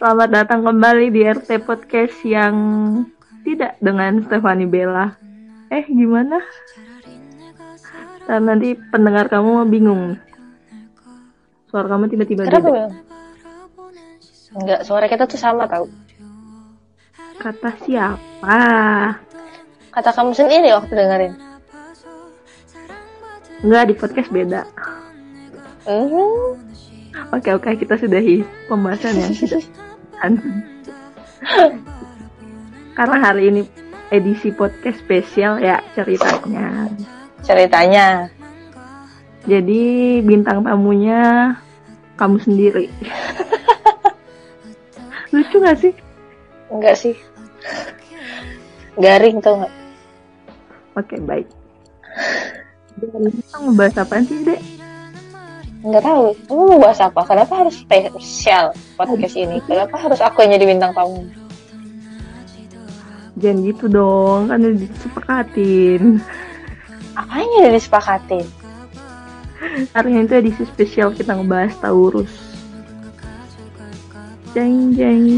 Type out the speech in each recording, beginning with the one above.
Selamat datang kembali di RT Podcast yang tidak dengan Stefani Bella. Gimana? Dan nanti pendengar kamu bingung. Suara kamu tiba-tiba Kenapa beda. Bang? Enggak, suara kita tuh sama tau. Kata siapa? Kata kamu sendiri waktu dengerin. Enggak, di podcast beda. Oke, kita sudahi pembahasan yang tidak. Karena hari ini edisi podcast spesial ya ceritanya. Jadi bintang tamunya kamu sendiri. Lucu gak sih? Enggak sih. Garing tau gak? Oke, baik. Jadi kita ngebahas apaan sih, Dek? Enggak tahu. Kamu mau bahas apa? Kenapa harus spesial podcast ini? Kenapa harus aku yang jadi bintang tamu? Jangan gitu dong, kan udah disepakatin. Apanya udah disepakatin? Hari ini tuh edisi spesial kita ngebahas Taurus. Jeng.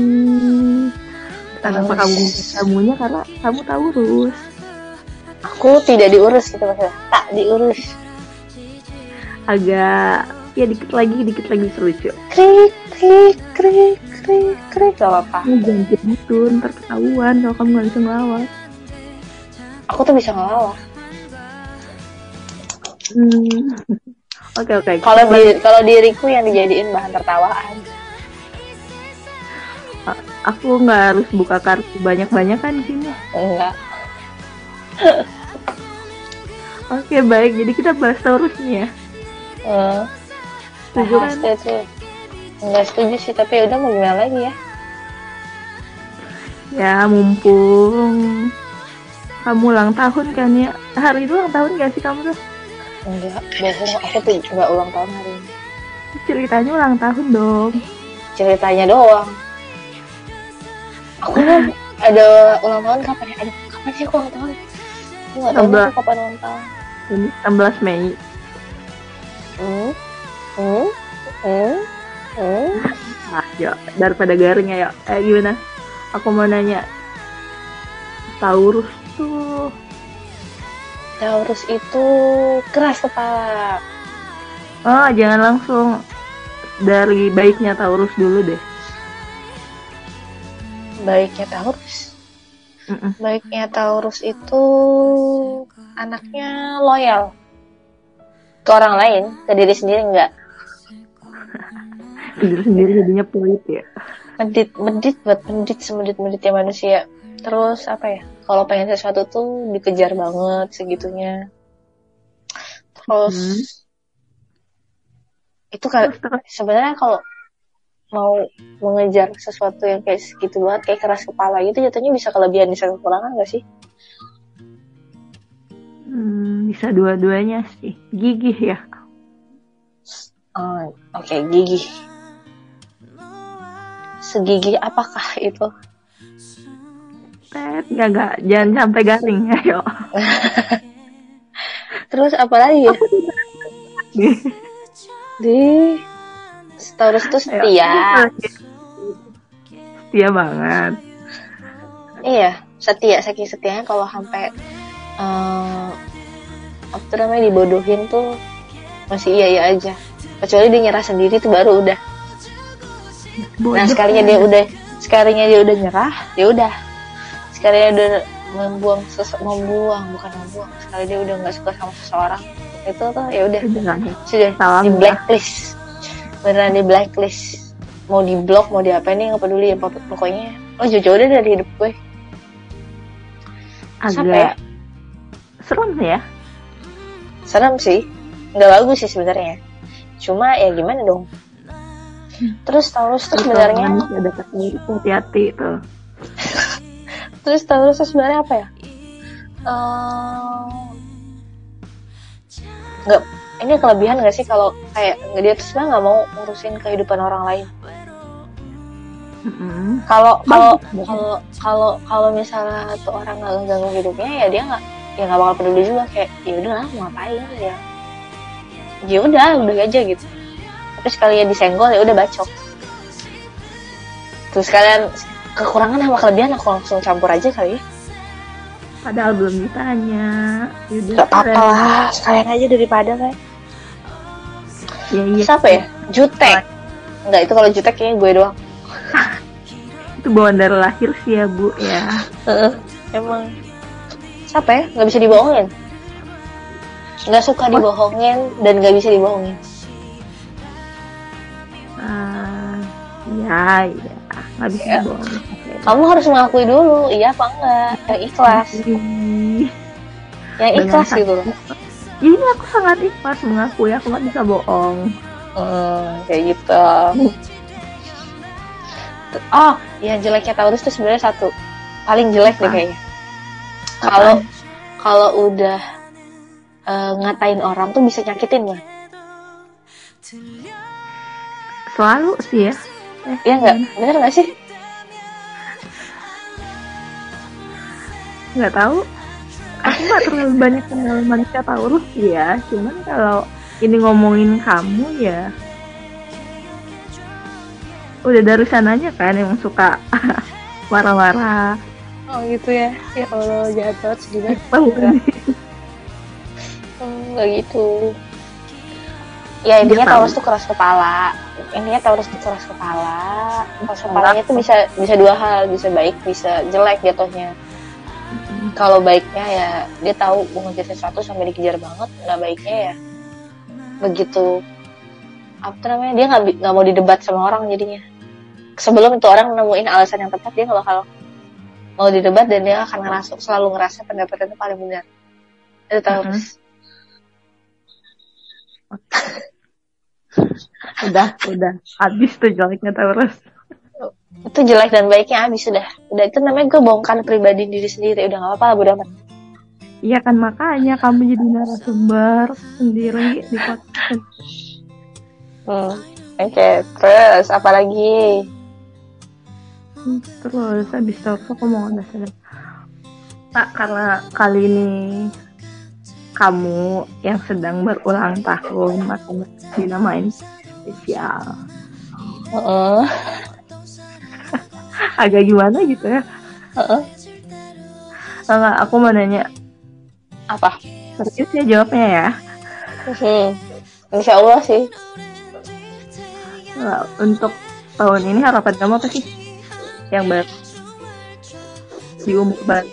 Kenapa kamu tamunya? Karena kamu Taurus. Aku tidak diurus gitu maksudnya. Tak diurus. Agak ya dikit lagi selucu. Krik gak apa-apa. Jangan gitu, ntar ketahuan kalau kamu gak bisa ngelawak. Aku tuh bisa ngelawak. Oke. Kalau diriku yang dijadiin bahan tertawaan. Aku nggak harus buka kartu banyak-banyak kan di sini. Enggak. Oke, baik. Jadi kita bahas Taurus nih ya. Setuju kan? Enggak setuju sih, tapi udah mau gimana lagi ya? Ya, mumpung kamu ulang tahun kan ya. Hari itu ulang tahun gak sih kamu tuh? Enggak, bohong. Aku tuh enggak ulang tahun hari ini. Ceritanya ulang tahun dong. Ceritanya doang. Aku kan ada ulang tahun kapan ya? Kapan sih aku ulang tahun? Aku nggak tahu aku kapan ulang tahun. Ini 16 Mei. Ya, daripada garing ya. Gimana? Aku mau nanya. Taurus itu keras kepala. Oh, jangan langsung dari baiknya Taurus dulu deh. Baiknya Taurus itu anaknya loyal ke orang lain, ke diri sendiri enggak. Diri sendiri jadinya pelit ya. Semedit-meditnya manusia. Terus apa ya? Kalau pengen sesuatu tuh dikejar banget segitunya. Terus itu kan sebenarnya kalau mau mengejar sesuatu yang kayak segitu banget, kayak keras kepala gitu, jatuhnya bisa kelebihan bisa kekurangan nggak sih? Bisa dua-duanya sih. Gigih ya. Oke, gigih. Segigih apakah itu? Enggak, jangan sampai garing, ayo. Terus apa lagi ya? Taurus itu setia. Setia banget. Iya, setia. Saking setianya kalau sampai apa namanya dibodohin tuh masih iya aja. Kecuali dia nyerah sendiri tuh baru udah. Nah, sekalinya dia udah nyerah, ya udah. Sekalinya udah membuang. Sekali dia udah nggak suka sama seseorang, itu tuh ya udah. Sudah di blacklist. Beneran di blacklist. Mau di blok, mau diapain nih nggak peduli ya, pokoknya jauh-jauh deh dari hidup gue. Agak serem ya. Serem sih, nggak bagus sih sebenarnya. Cuma ya gimana dong. Terus Taurus tuh sebenarnya ada kesendiri, hati-hati tuh. Terus Taurus tuh sebenarnya apa ya? Nggak, ini kelebihan nggak sih kalau kayak dia tuh sebenarnya nggak mau ngurusin kehidupan orang lain. Kalau misalnya tuh orang nggak ganggu hidupnya, ya dia nggak bakal peduli juga, kayak ya udahlah mau ngapain ya udah aja gitu. Tapi sekali ya disenggol ya udah bacok. Terus kalian kekurangan sama kelebihan aku langsung campur aja kali ya. Padahal belum ditanya. Yaudah, Gak apa-apa lah, sekalian aja daripada kan. Ya, iya. Siapa ya? Jutek. Enggak, itu kalau jutek kayaknya gue doang. Itu bawaan dari lahir sih ya Bu ya. Emang. Siapa ya? Gak bisa dibohongin. Gak suka dibohongin dan gak bisa dibohongin. Ya, nggak bisa dibohongin. Kamu harus mengakui dulu, iya apa enggak? Yang ikhlas. Yang ikhlas gitu loh. Ini aku sangat ikhlas mengakui, aku nggak bisa bohong. Kayak gitu. Oh, yang jeleknya Taurus tuh sebenarnya satu. Paling jelek deh kayaknya. Kalau udah ngatain orang tuh bisa nyakitin kan? Selalu sih ya. Iya nggak? Bener nggak sih? Nggak tahu. Aku nggak terlalu banyak kenal manusia Taurus ya. Cuman kalau ini ngomongin kamu ya, udah dari sananya kan emang suka marah-marah. Oh gitu ya. Ya Allah, jahat banget sedih banget. Nggak gitu. Ya intinya Taurus tuh keras kepala. Keras kepalanya tuh bisa dua hal, bisa baik, bisa jelek jatuhnya. Kalau baiknya ya dia tahu ngejar sesuatu sampai dikejar banget, nggak baiknya ya begitu apa namanya, dia nggak mau didebat sama orang jadinya. Sebelum itu orang nemuin alasan yang tepat, dia nggak bakal mau didebat dan dia akan selalu ngerasa pendapatnya itu paling benar. Itu Taurus. Udah habis tuh jeleknya Taurus. Itu jelek dan baiknya habis udah itu namanya gue bongkar pribadi diri sendiri, udah nggak apa-apa, bodo amat. Iya kan, makanya kamu jadi narasumber sendiri di podcast. Oke, terus apa lagi? Terus habis itu aku mau ngasih tak, karena kali ini kamu yang sedang berulang tahun makanya dinamain spesial. Agak gimana gitu ya. Enggak, aku mau nanya. Apa? Serius ya jawabnya ya. Insya Allah sih. Nah, untuk tahun ini harapan kamu apa sih? Yang baru di umur baru.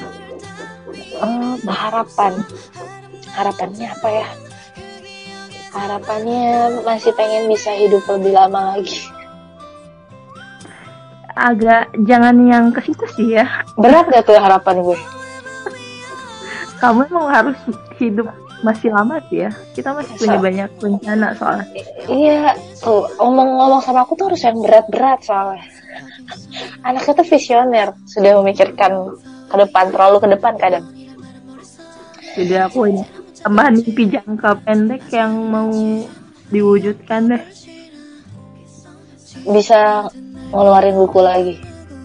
Harapannya apa ya? Harapannya masih pengen bisa hidup lebih lama lagi. Agak jangan yang ke situ sih ya. Berat gak tuh harapan gue? Kamu emang harus hidup masih lama sih ya. Kita masih punya banyak rencana soalnya. Iya, tuh ngomong sama aku tuh harus yang berat-berat soalnya. Anaknya tuh visioner, sudah memikirkan ke depan, terlalu ke depan kadang. Jadi aku ini tambahan mimpi jangka pendek yang mau diwujudkan deh. Bisa ngeluarin buku lagi.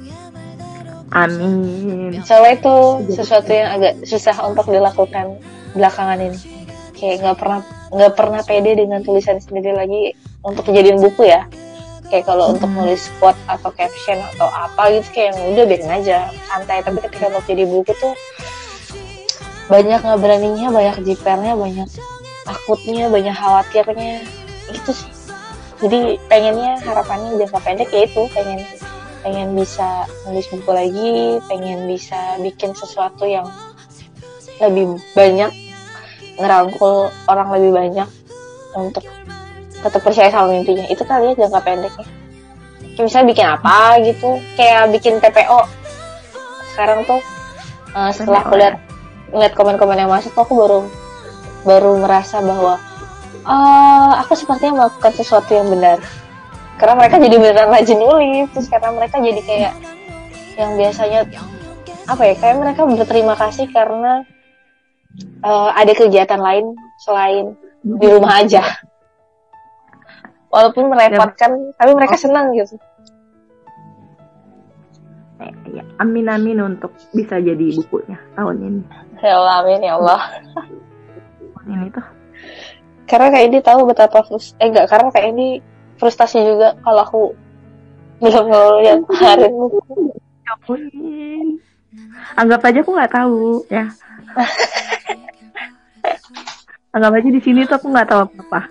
Amin. Soalnya itu sesuatu yang agak susah untuk dilakukan belakangan ini. Kayak nggak pernah pede dengan tulisan sendiri lagi untuk dijadiin buku ya. Kayak kalau untuk nulis quote atau caption atau apa gitu, kayak udah biarin aja santai. Tapi ketika mau jadi buku tuh banyak nggak beraninya, banyak jipernya, banyak takutnya, banyak khawatirnya gitu sih. Jadi pengennya, harapannya jangka pendek ya itu pengen bisa nulis buku lagi, pengen bisa bikin sesuatu yang lebih banyak, ngerangkul orang lebih banyak untuk tetap percaya sama mimpinya. Itu kali ya jangka pendeknya. Kayak misalnya bikin apa gitu, kayak bikin TPO. Sekarang tuh setelah aku lihat komen-komen yang masuk, aku baru merasa bahwa aku sepertinya melakukan sesuatu yang benar. Karena mereka jadi beneran rajin nulis, terus karena mereka jadi kayak yang biasanya apa ya, kayak mereka berterima kasih karena ada kegiatan lain selain di rumah aja. Walaupun merepotkan, tapi mereka senang gitu. Ya, amin untuk bisa jadi bukunya tahun ini. Ya Allah, amin ya Allah. Tahun ini tuh. Karena kayak ini tahu betapa karena kayak ini frustasi juga kalau aku belum ngeliat hari buku. Anggap aja aku nggak tahu ya. Anggap aja di sini tuh aku nggak tahu apa-apa.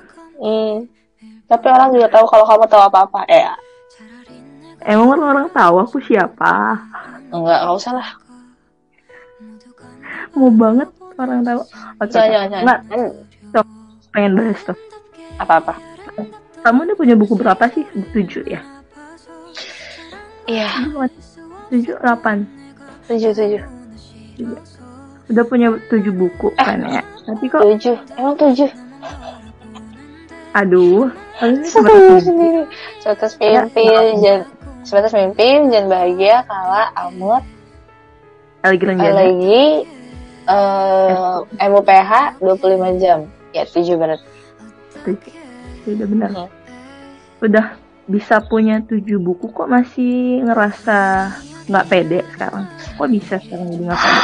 Tapi orang juga tahu kalau kamu tahu apa-apa ya. Emang orang-orang tahu aku siapa? Enggak usah lah. Mau banget orang tahu. Jangan. Nggak, pengen bahas tuh. Apa-apa? Kamu udah punya buku berapa sih? 7 ya? Iya. 7, 8. 7. Udah punya 7 buku kan ya? Tapi kok 7? Emang 7? Aduh, sendiri. Sebatas mimpi, jangan bahagia, kalah, amut. Lagi MUPH 25 jam. Ya 7 berarti. Udah benar. Udah bisa punya 7 buku kok masih ngerasa nggak pede sekarang. Kok bisa sekarang jadi nggak pede?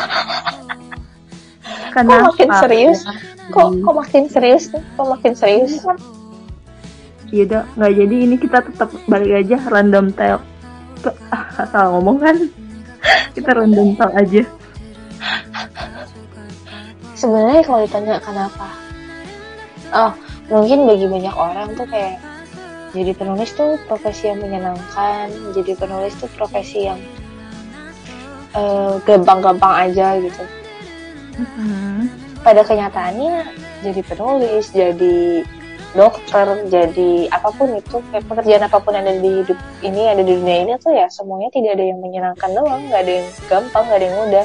Kenapa? Kok makin serius? Kok makin serius? Iya udah nggak jadi, ini kita tetap balik aja random talk. Salah ngomong kan? Kita random talk aja. Sebenarnya kalau ditanya kenapa, mungkin bagi banyak orang tuh kayak jadi penulis tuh profesi yang menyenangkan, jadi penulis tuh profesi yang gampang-gampang aja gitu. Pada kenyataannya jadi penulis, jadi dokter, jadi apapun itu, kayak pekerjaan apapun yang ada di hidup ini, ada di dunia ini tuh ya semuanya tidak ada yang menyenangkan doang, nggak ada yang gampang, nggak ada yang mudah.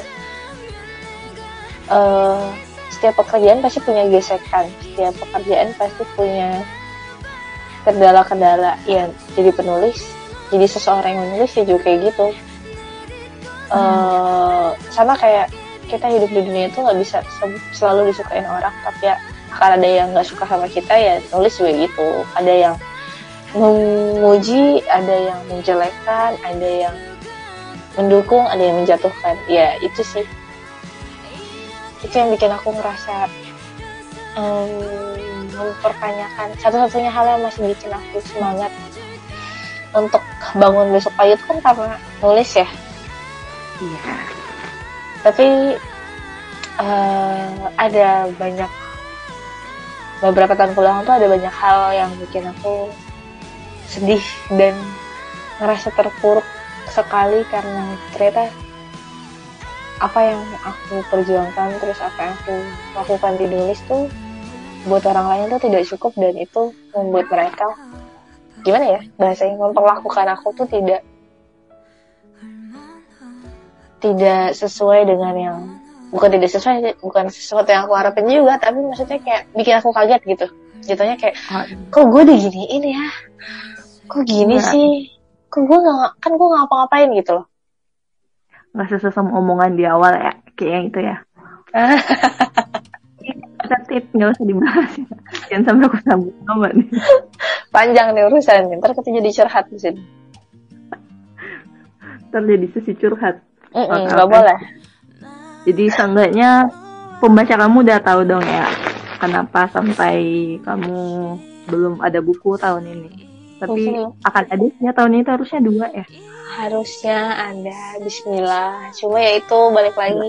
Setiap pekerjaan pasti punya gesekan, setiap pekerjaan pasti punya kendala-kendala. Ya jadi penulis, jadi seseorang yang menulis ya juga kayak gitu. Sama kayak kita hidup di dunia itu nggak bisa selalu disukain orang, tapi ya akan ada yang nggak suka sama kita, ya nulis juga gitu. Ada yang memuji, ada yang menjelekkan, ada yang mendukung, ada yang menjatuhkan. Ya itu sih, itu yang bikin aku ngerasa mempertanyakan. Satu-satunya hal yang masih bikin aku semangat untuk bangun besok pagi itu kan karena nulis ya. Iya. Tapi ada beberapa tahun pulang tuh ada banyak hal yang bikin aku sedih dan ngerasa terpuruk sekali, karena ternyata apa yang aku perjuangkan, terus apa yang aku lakukan di nulis tuh buat orang lain tuh tidak cukup, dan itu membuat mereka, gimana ya bahasanya, memperlakukan aku tuh tidak sesuai dengan yang, bukan sesuatu yang aku harapin juga, tapi maksudnya kayak bikin aku kaget gitu. Jatuhnya kayak, kok gue diginiin ya, kok gini sih, kok gue nggak ngapa-ngapain gitu loh. Nggak sesuai sama omongan di awal ya, kayak yang itu ya. Tip nggak usah dibahas ya. Jangan sampai aku sambut sama nih. Panjang nih urusan, ntar kita jadi curhat di sini. Ntar jadi sesi curhat. Nggak boleh. Jadi seenggaknya pembaca kamu udah tahu dong ya kenapa sampai kamu belum ada buku tahun ini. Tapi akan ada ya tahun ini, harusnya 2 ya. Harusnya ada, bismillah. Cuma ya itu balik lagi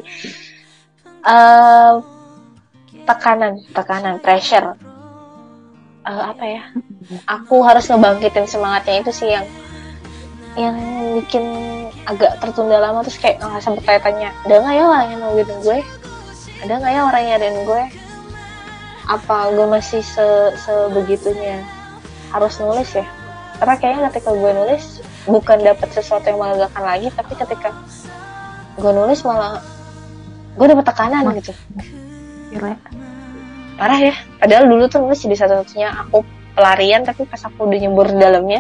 tekanan, pressure. Apa ya? Aku harus ngebangkitin semangatnya, itu sih yang bikin agak tertunda lama. Terus kayak ngerasa bertanya-tanya, ada nggak ya orang yang nungguin gue? Ada nggak ya orang yang nyariin gue? Apa gue masih sebegitunya harus nulis ya? Karena kayaknya ketika gue nulis bukan dapat sesuatu yang melegakan lagi, tapi ketika gue nulis malah gue dapat tekanan gitu. Gila. Parah ya. Padahal dulu tuh nulis jadi satu-satunya aku pelarian, tapi pas aku udah nyebur di dalamnya,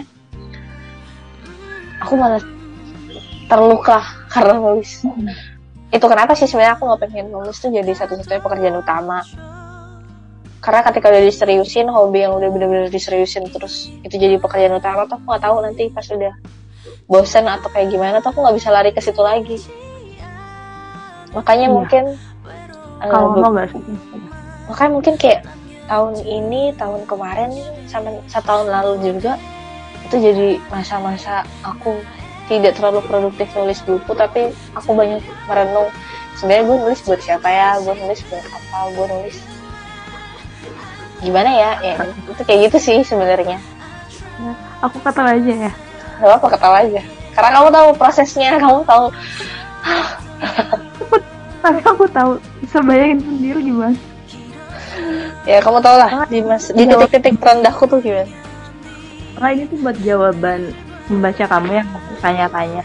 aku malah terluka karena nulis. Itu kenapa sih sebenarnya aku nggak pengen nulis tuh jadi satu-satunya pekerjaan utama. Karena ketika udah diseriusin, hobi yang udah bener-bener diseriusin terus itu jadi pekerjaan utama tuh, aku nggak tahu nanti pas udah bosan atau kayak gimana tuh aku nggak bisa lari ke situ lagi. Makanya mungkin kalau mungkin kayak tahun ini, tahun kemarin, sama 1 tahun lalu juga Itu jadi masa-masa aku tidak terlalu produktif nulis buku, tapi aku banyak merenung sebenarnya gue nulis buat siapa ya, gue nulis buat apa, gue nulis gimana ya itu kayak gitu sih sebenarnya. Ya, aku ketawa aja ya. Gak apa ketawa aja karena kamu tahu prosesnya, kamu tahu. Tapi aku tahu, bisa bayangin sendiri gimana. Ya kamu tau lah di titik-titik terendahku tuh gimana. Karena ini tuh buat jawaban membaca kamu yang tanya-tanya.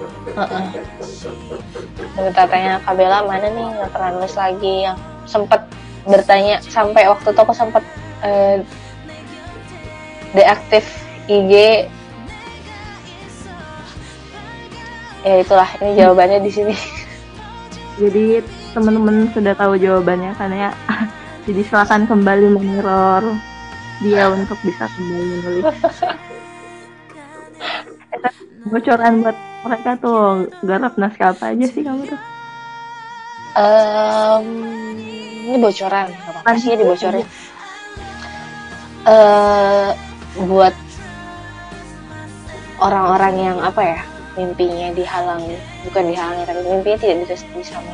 Minta tanya Kak Bella mana nih nggak pernah nulis lagi, yang sempat bertanya sampai waktu itu aku sempat deaktif IG. Ya itulah, ini jawabannya di sini. Jadi teman-teman sudah tahu jawabannya kan ya. Jadi silakan kembali meneror dia untuk bisa kembali menulis. Bocoran buat mereka tuh, garap naskah apa aja sih kamu tuh? Ini bocoran, apa sih dibocorin? Buat orang-orang yang apa ya, mimpinya dihalangi, bukan dihalangi tapi mimpinya tidak direstui sama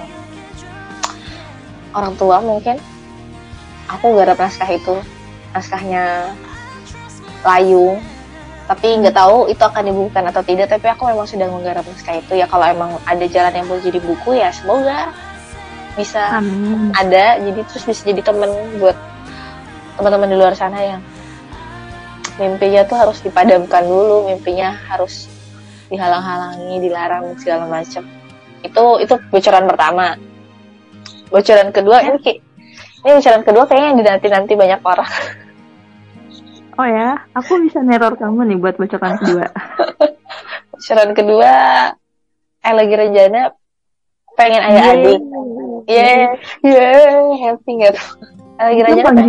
orang tua mungkin. Aku garap naskah itu, naskahnya Layung, tapi nggak tahu itu akan dibukukan atau tidak, tapi aku memang sudah menggarap naskah itu. Ya kalau emang ada jalan yang boleh jadi buku ya semoga bisa ada, jadi terus bisa jadi temen buat teman-teman di luar sana yang mimpinya tuh harus dipadamkan dulu, mimpinya harus dihalang-halangi, dilarang segala macam. Itu bocoran pertama. Bocoran kedua ini bocoran kedua kayaknya yang dinanti-nanti banyak orang. Oh ya, aku bisa neror kamu nih buat bocoran kedua. Bocoran kedua, lagi rencana pengen ayah adik. Happy nggak tuh? Lagi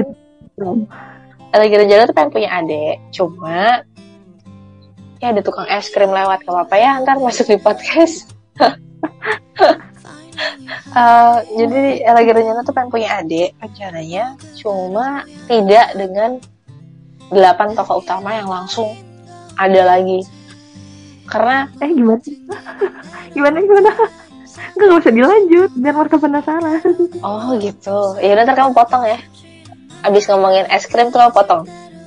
rencana tuh pengen punya adik, cuma ya ada tukang es krim lewat, gak apa-apa ya ntar masuk di podcast. Jadi lagi rencana tuh pengen punya adik rencananya, cuma tidak dengan 8 tokoh utama yang langsung ada lagi. Karena gimana nggak usah dilanjut biar mereka penasaran. Oh gitu, ya ntar kamu potong ya, abis ngomongin es krim tuh kamu potong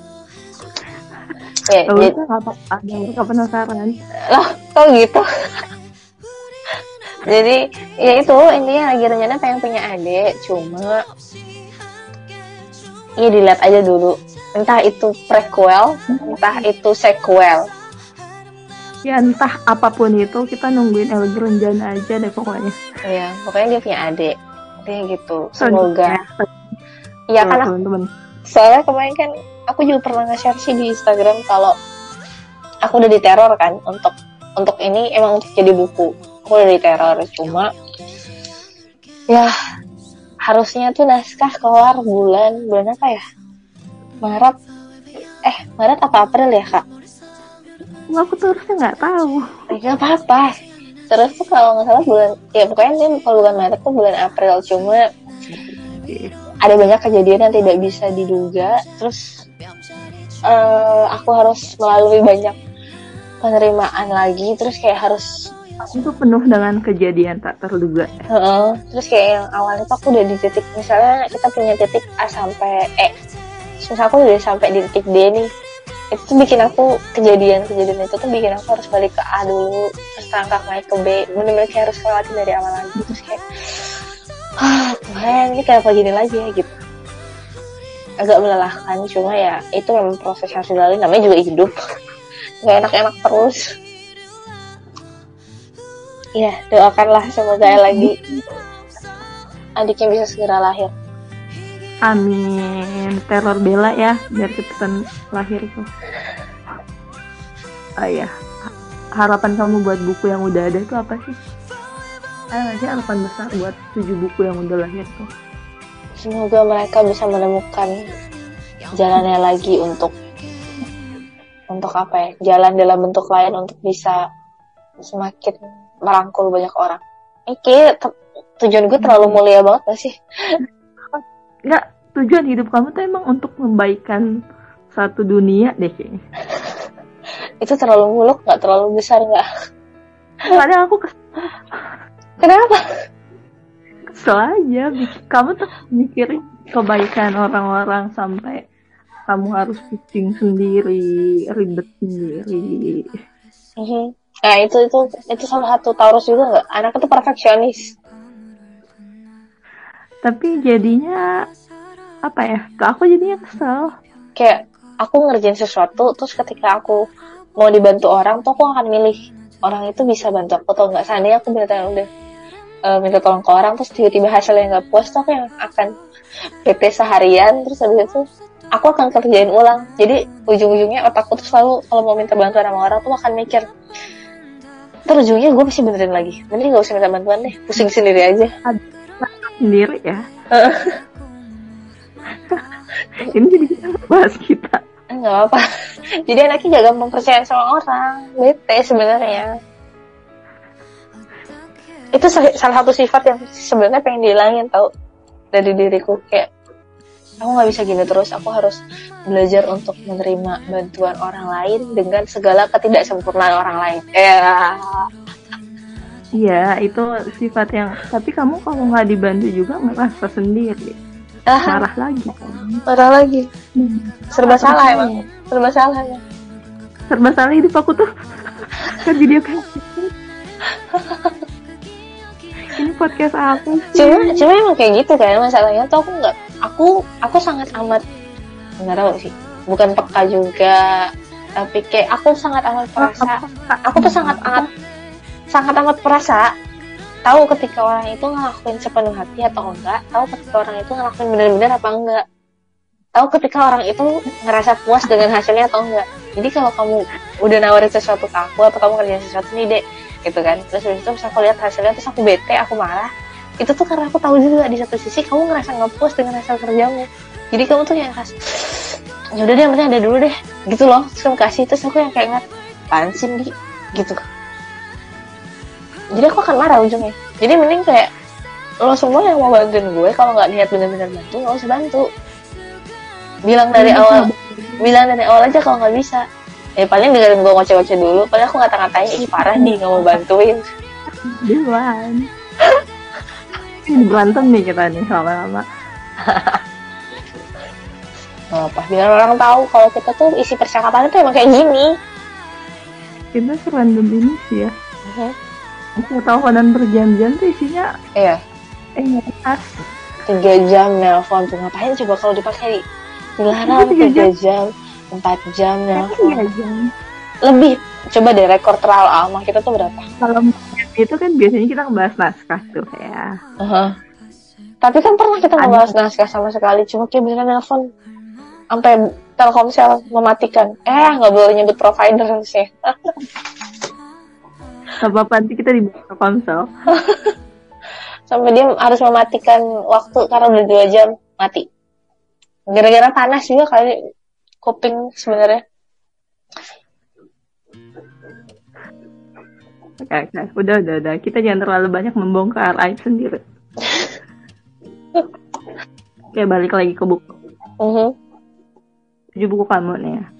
ya. Jadi nggak apa-apa, mereka penasaran loh kok gitu. Jadi ya itu intinya lagi rencana pengen punya adik, cuma ya dilihat aja dulu, entah itu prequel entah itu sequel, ya entah apapun itu, kita nungguin Elgi Renjana aja deh pokoknya. Iya, pokoknya dia punya adik kayak gitu, semoga. Iya kan, teman-teman. Soalnya kemarin kan aku juga pernah nge-share sih di Instagram kalau aku udah diteror kan untuk ini, emang untuk jadi buku aku udah diteror, cuma ya harusnya tuh naskah keluar bulan apa ya, Maret apa April ya Kak? Aku tuh harusnya nggak tahu. Nggak apa-apa. Terus tuh kalau nggak salah bulan, ya pokoknya ini kalau bukan Maret tuh bulan April, cuma ada banyak kejadian yang tidak bisa diduga. Terus aku harus melalui banyak penerimaan lagi, terus kayak harus itu penuh dengan kejadian tak terduga. Terus kayak yang awalnya tuh aku udah di titik, misalnya kita punya titik A sampai E, misalnya aku udah sampai di titik D nih, itu tuh bikin aku kejadian itu tuh bikin aku harus balik ke A dulu, terus terangkat naik ke B, bener-bener kayak harus lewatin dari awal lagi. Terus kayak Tuhan ini kenapa gini lagi ya gitu, agak melelahkan. Cuma ya itu memang proses yang harus dilalui, namanya juga hidup. Gak enak-enak terus. Ya doakanlah semoga lagi adiknya bisa segera lahir. Amin. Teror Bella ya, biar cepetan lahir tuh. Ya, harapan kamu buat buku yang udah ada itu apa sih? Ada nggak sih harapan besar buat 7 buku yang udah lahir tuh? Semoga mereka bisa menemukan jalannya lagi untuk apa ya, jalan dalam bentuk lain untuk bisa semakin merangkul banyak orang. Tujuan gue terlalu mulia banget gak sih? Enggak, tujuan hidup kamu tuh emang untuk membaikan satu dunia deh kayaknya. Itu terlalu muluk nggak? Terlalu besar nggak? Kadang aku Kenapa? kesel aja. Kamu tuh mikirin kebaikan orang-orang sampai kamu harus pusing sendiri, ribet sendiri. Nah itu salah satu Taurus juga nggak? Anak itu perfeksionis. Tapi jadinya apa ya? Aku jadinya kesel. Kayak aku ngerjain sesuatu, terus ketika aku mau dibantu orang tuh aku akan milih orang itu bisa bantu aku atau nggak. Seandainya aku udah minta tolong ke orang terus tiba-tiba hasilnya nggak puas, tuh aku yang akan PT seharian, terus habis itu aku akan kerjain ulang. Jadi ujung-ujungnya otakku tuh selalu kalau mau minta bantuan sama orang tuh akan mikir, terus ujungnya gue mesti benerin lagi, mending gak usah minta bantuan deh, pusing sendiri aja. Sendiri ya. Ini jadi kita bahas kita. Nggak apa. Jadi anaknya gak gampang percaya sama orang, bete sebenarnya. Itu salah satu sifat yang sebenarnya pengen dihilangin tau dari diriku. Kayak aku nggak bisa gini terus, aku harus belajar untuk menerima bantuan orang lain dengan segala ketidaksempurnaan orang lain. Iya, itu sifat yang. Tapi kamu kalau nggak dibantu juga ngerasa sendiri. Marah lagi. Marah lagi. Serba salah emang. Serba salah hidup aku tuh. Kan video kayak gitu. Ini podcast apa sih? Cuma emang kayak gitu kan masalahnya tuh. Aku sangat amat nggak tahu sih, bukan peka juga, tapi kayak aku sangat amat perasa. Aku tuh sangat amat perasa tahu ketika orang itu ngelakuin sepenuh hati atau enggak, tahu ketika orang itu ngelakuin benar-benar apa enggak, tahu ketika orang itu ngerasa puas dengan hasilnya atau enggak. Jadi kalau kamu udah nawarin sesuatu ke aku atau kamu kerjain sesuatu nih dek gitu kan, terus habis itu aku lihat hasilnya terus aku bete, aku marah, itu tuh karena aku tahu juga di satu sisi kamu ngerasa nggak puas dengan hasil kerjamu. Jadi kamu tuh yang kasih, ya udah deh, yang penting ada dulu deh gitu loh, terus kamu kasih, terus aku yang kayak ngat pansin gitu. Jadi aku akan marah ujungnya. Jadi mending kayak lo semua yang mau bantuin gue, kalau nggak niat benar-benar bantu, nggak usah bantu. Bilang dari awal aja kalau nggak bisa. Ya paling dengerin gue ngoceh-ngoceh dulu, paling aku ngata-ngatain, ih parah nih nggak mau bantuin. Duluan. Ini berantem nih kita nih lama-lama. Apa? Biar orang tahu kalau kita tuh isi percakapan itu emang kayak gini. Kita serandom ini sih ya. Aku tahu konan berjam-jam tuh isinya. Iya. Ngetas. 3 jam nelpon tuh ngapain coba kalau dipakai dilarang 3 jam, 4 jam nelpon. 3 jam. Lebih. Coba deh rekor terlama kita tuh berapa? Kalau itu kan biasanya kita ngebahas naskah tuh ya. Tapi kan pernah kita ngebahas naskah sama sekali, cuma kayak beneran nelpon sampai Telkomsel mematikan. Nggak boleh nyebut provider sih. Apa nanti kita di Telkomsel. Sampai dia harus mematikan waktu karena udah 2 jam mati. Gara-gara panas juga kali kuping sebenarnya. Oke. Udah. Kita jangan terlalu banyak membongkar aib sendiri. Oke, balik lagi ke buku. 7 buku kamu nih ya.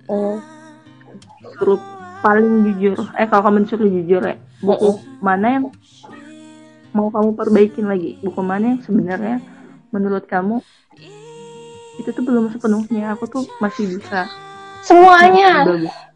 Suruh paling jujur. Kalau kamu disuruh jujur ya, buku mana yang mau kamu perbaikin lagi? Buku mana yang sebenarnya menurut kamu itu tuh belum sepenuhnya, aku tuh masih bisa. Semuanya.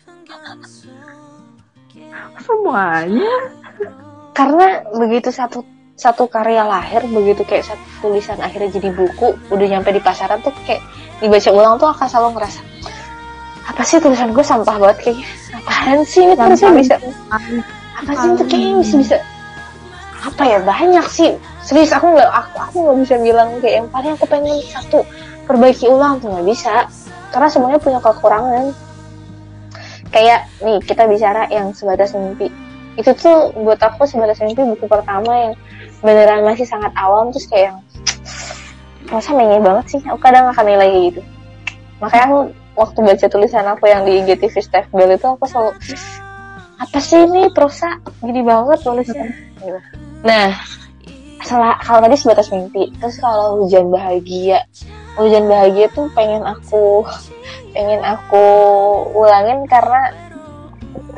Karena begitu satu karya lahir, begitu kayak satu tulisan akhirnya jadi buku, udah nyampe di pasaran tuh kayak dibaca ulang tuh akan selalu ngerasa, apa sih tulisan gue sampah banget kayaknya, apaan sih ini harusnya bisa, apa sih itu kayaknya bisa apa ya, banyak sih serius. Aku nggak bisa bilang kayak yang paling aku pengen satu perbaiki ulang tuh, nggak bisa, karena semuanya punya kekurangan. Kayak nih kita bicara yang Sebatas Mimpi, itu tuh buat aku Sebatas Mimpi buku pertama yang beneran masih sangat awam, terus kayak yang masa menye banget sih, aku kadang akan nilai gitu. Makanya aku waktu baca tulisan aku yang di IGTV Steph Bell itu, aku selalu, apa sih ini prosa gini banget tulisnya gitu. Nah kalau tadi Sebatas Mimpi, terus kalau Hujan Bahagia tuh pengen aku ulangin karena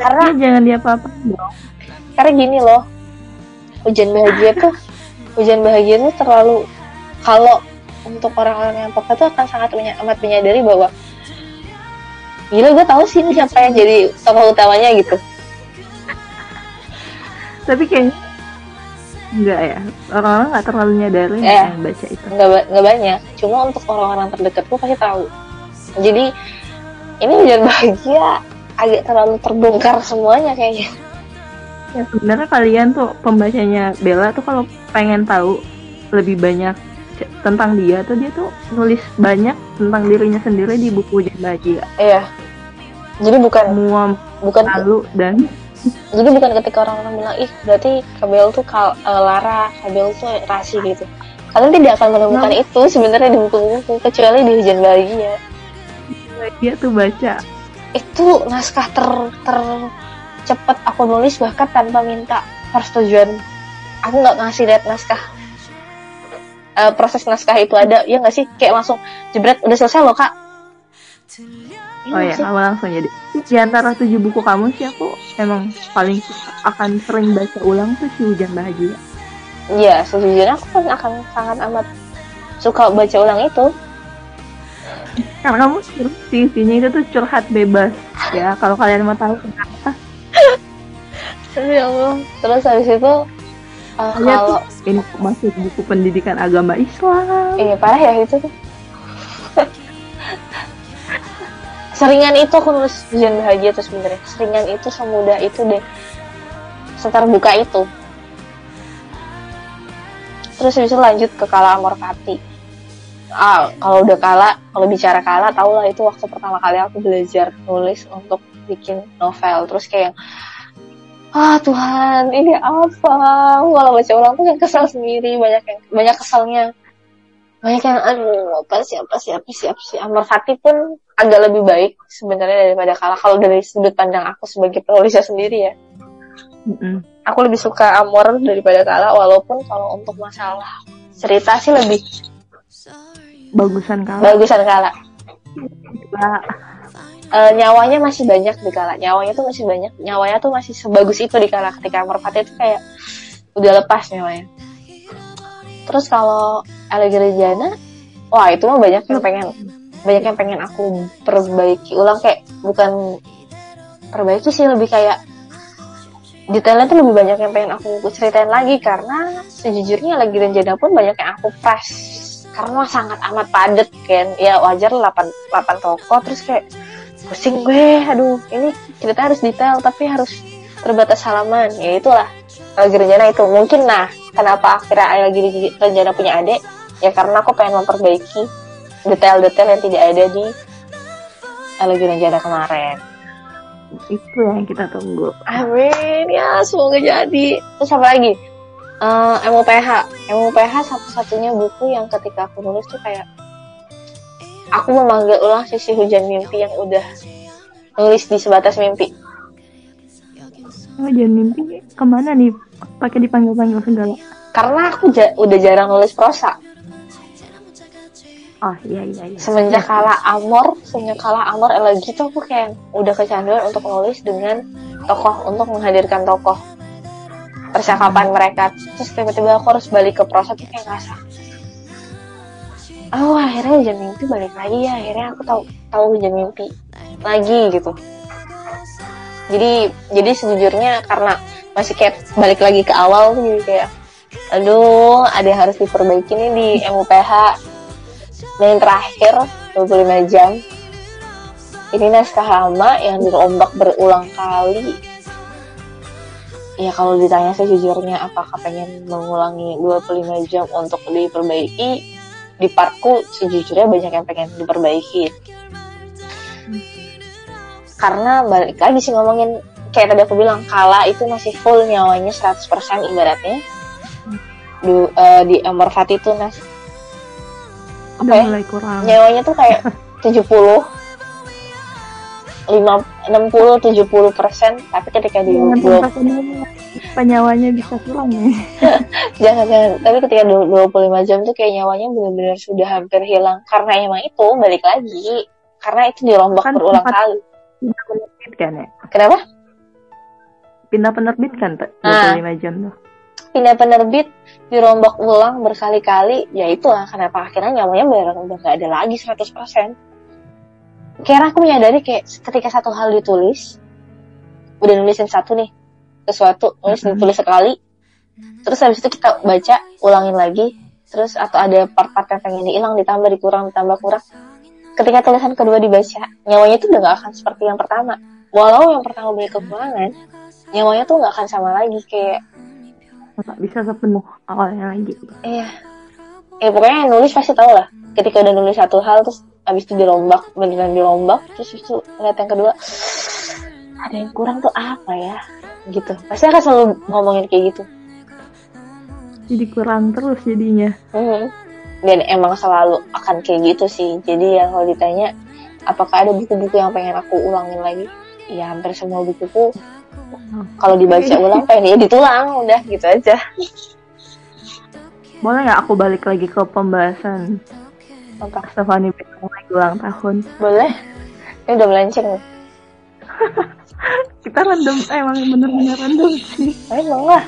Karena jangan diapa-apain dong. Karena gini loh, hujan bahagia tuh terlalu, kalau untuk orang-orang yang peka tuh akan sangat amat menyadari bahwa gila, gue tahu sih ini siapa yang jadi tokoh utamanya gitu. Tapi kayak enggak ya, orang-orang nggak terlalu nyadarin yang baca itu. Nggak banyak, cuma untuk orang-orang terdekat gue pasti tahu. Jadi ini hujan bahagia agak terlalu terbongkar semuanya kayaknya. Ya sebenarnya kalian tuh pembacanya Bella tuh kalau pengen tahu lebih banyak tentang dia tuh nulis banyak tentang dirinya sendiri di buku Hujan Bahagia. Iya. Jadi bukan lalu dan jadi bukan ketika orang-orang bilang ih berarti Kabel tuh Lara, Kabel tuh Rasi gitu. Kalian tidak akan menemukan itu sebenarnya di buku-buku kecuali di Hujan Bahagia. Dia tuh baca itu naskah tercepat aku nulis bahkan tanpa minta persetujuan. Aku nggak ngasih lihat naskah. Proses naskah itu ada, ya nggak sih? Kayak langsung jebret udah selesai loh kak. Oh ya, kamu langsung jadi. Di antara 7 buku kamu sih aku emang paling akan sering baca ulang tuh si Hujan Bahagia. Iya, sejujurnya aku pun akan sangat amat suka baca ulang itu. Karena kamu isinya itu tuh curhat bebas ya, kalau kalian mau tahu kenapa. Ya Allah. Terus habis itu kalau ini masuk buku pendidikan agama Islam. Parah ya itu tuh. Seringan itu aku nulis Hujan Bahagia tuh sebenarnya. Seringan itu semudah itu deh. Seterbuka itu. Terus habis itu lanjut ke Kala Amorfati. Kalau udah kalau bicara Kala, tau lah itu waktu pertama kali aku belajar nulis untuk bikin novel. Terus kayak Tuhan, ini apa? Kalau baca ulang tuh yang kesel sendiri, banyak keselnya. Banyak yang apa sih. Amorfati pun agak lebih baik sebenarnya daripada Kala. Kalau dari sudut pandang aku sebagai penulisnya sendiri ya. Aku lebih suka Amor daripada Kala, walaupun kalau untuk masalah cerita sih lebih bagusan Kala. Nyawanya masih banyak di Kala. Nyawanya tuh masih sebagus itu di Kala. Ketika Amorfati itu kayak udah lepas nyawanya. Terus kalau Allegory Jana, wah itu mah banyak yang pengen aku perbaiki ulang, kayak bukan perbaiki sih, lebih kayak detailnya tuh lebih banyak yang pengen aku ceritain lagi, karena sejujurnya Allegory Jana pun banyak yang aku press karena sangat amat padat kan. Ya wajar 8 tokoh, terus kayak pusing gue, aduh ini cerita harus detail tapi harus terbatas halaman. Ya itulah Allegory Jana itu. Mungkin kenapa akhirnya Allegory Jana punya adik, ya karena aku pengen memperbaiki detail-detail yang tidak ada di Allegory Jana kemarin. Itu yang kita tunggu. Amin ya, semoga jadi. Terus apa lagi? MUPH satu-satunya buku yang ketika aku nulis tuh kayak aku memanggil ulang sisi Hujan Mimpi yang udah nulis di Sebatas Mimpi. Hujan Mimpi kemana nih? Pakai dipanggil-panggil segala. Karena aku udah jarang nulis prosa. Oh iya. Semenjak Kala Amor lagi tuh aku kayak udah kecanduan untuk nulis dengan tokoh, untuk menghadirkan tokoh, percakapan mereka. Terus tiba-tiba aku harus balik ke prosa tuh kayak ngerasa, akhirnya Hujan Mimpi balik lagi ya. Akhirnya aku tahu Hujan Mimpi lagi gitu. Jadi sejujurnya karena masih kayak balik lagi ke awal tuh, jadi kayak aduh, ada yang harus diperbaiki nih di MUPH. Dan yang terakhir 25 jam. Ini naskah lama yang dirombak berulang kali. Ya kalau ditanya sejujurnya apakah pengen mengulangi 25 jam untuk diperbaiki, di partku sejujurnya banyak yang pengen diperbaiki. Karena balik lagi sih ngomongin, kayak tadi aku bilang, Kala itu masih full nyawanya 100% ibaratnya. Di Amorfati itu mulai kurang. Nyawanya tuh kayak 70 60-70%, tapi ketika di penyawanya bisa kurang ya. jangan, tapi ketika 25 jam tuh kayak nyawanya benar-benar sudah hampir hilang, karena emang itu balik lagi, karena itu dirombak berulang kali. Kan ya? Kenapa? pindah penerbit kan 25 jam tuh. Pindah penerbit, dirombak ulang berkali-kali, ya itulah kenapa akhirnya nyawanya udah gak ada lagi 100%. Karena aku menyadari kayak ketika satu hal ditulis, udah nulisin satu nih, sesuatu, ditulis sekali, terus habis itu kita baca, ulangin lagi, terus atau ada part-part yang pengen dihilang, ditambah, dikurang, ditambah, kurang. Ketika tulisan kedua dibaca, nyawanya tuh udah gak akan seperti yang pertama. Walau yang pertama banyak kekurangan, nyawanya tuh gak akan sama lagi, kayak nggak bisa sepenuh awalnya lagi. Iya. Pokoknya yang nulis pasti tau lah. Ketika udah nulis satu hal terus abis itu dirombak, beneran dirombak, terus itu ngeliat yang kedua, ada yang kurang tuh apa ya? Gitu. Pasti akan selalu ngomongin kayak gitu. Jadi kurang terus jadinya. Dan emang selalu akan kayak gitu sih. Jadi ya kalau ditanya, apakah ada buku-buku yang pengen aku ulangin lagi? Ya hampir semua bukuku kalau dibaca ulang pengen ditulang, udah gitu aja. Boleh nggak aku balik lagi ke pembahasan Stephanie Bella lagi ulang tahun? Boleh. Ini udah melenceng. Kita random, emang bener-bener random sih. Emang lah.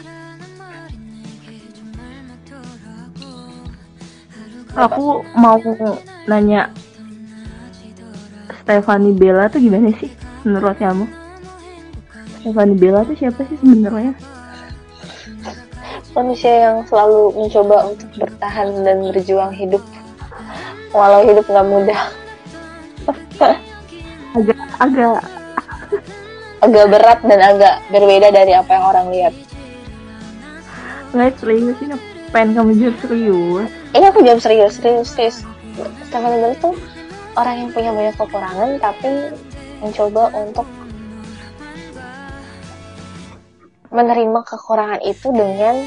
Aku mau nanya, Stephanie Bella tuh gimana sih menurut kamu? Stephanie Bella tuh siapa sih sebenarnya? Manusia yang selalu mencoba untuk bertahan dan berjuang hidup, walau hidup nggak mudah. agak berat dan agak berbeda dari apa yang orang lihat. Nggak serius sih, pengen kamu jawab serius. Ini aku jawab serius. Stephanie Bella tuh orang yang punya banyak kekurangan tapi mencoba untuk menerima kekurangan itu dengan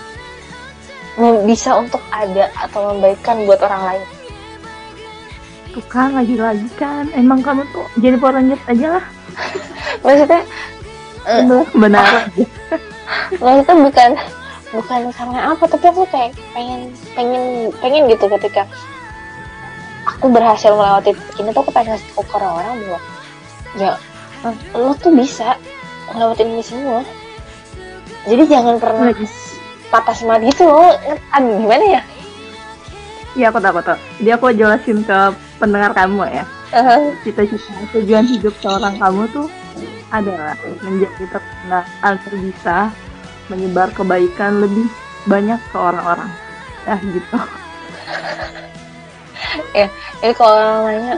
bisa untuk ada atau membaikkan buat orang lain. Tuh kan, lagi-lagi kan, emang kamu tuh jadi Rangers aja lah. Maksudnya benar. Maksudnya bukan karena apa, tapi aku kayak pengen gitu ketika aku berhasil melewati ini tuh, aku pengen ngasih ke orang-orang bahwa ya lo tuh bisa ngelewatin ini semua. Jadi jangan pernah patah semangat gitu loh. Gimana ya? Iya, aku tahu. Jadi aku jelasin ke pendengar kamu ya. Cita-cita tujuan hidup seorang kamu tuh adalah menjadi terkenal agar bisa menyebar kebaikan lebih banyak ke orang-orang. Ya gitu. Ya, jadi kalau orang nanya,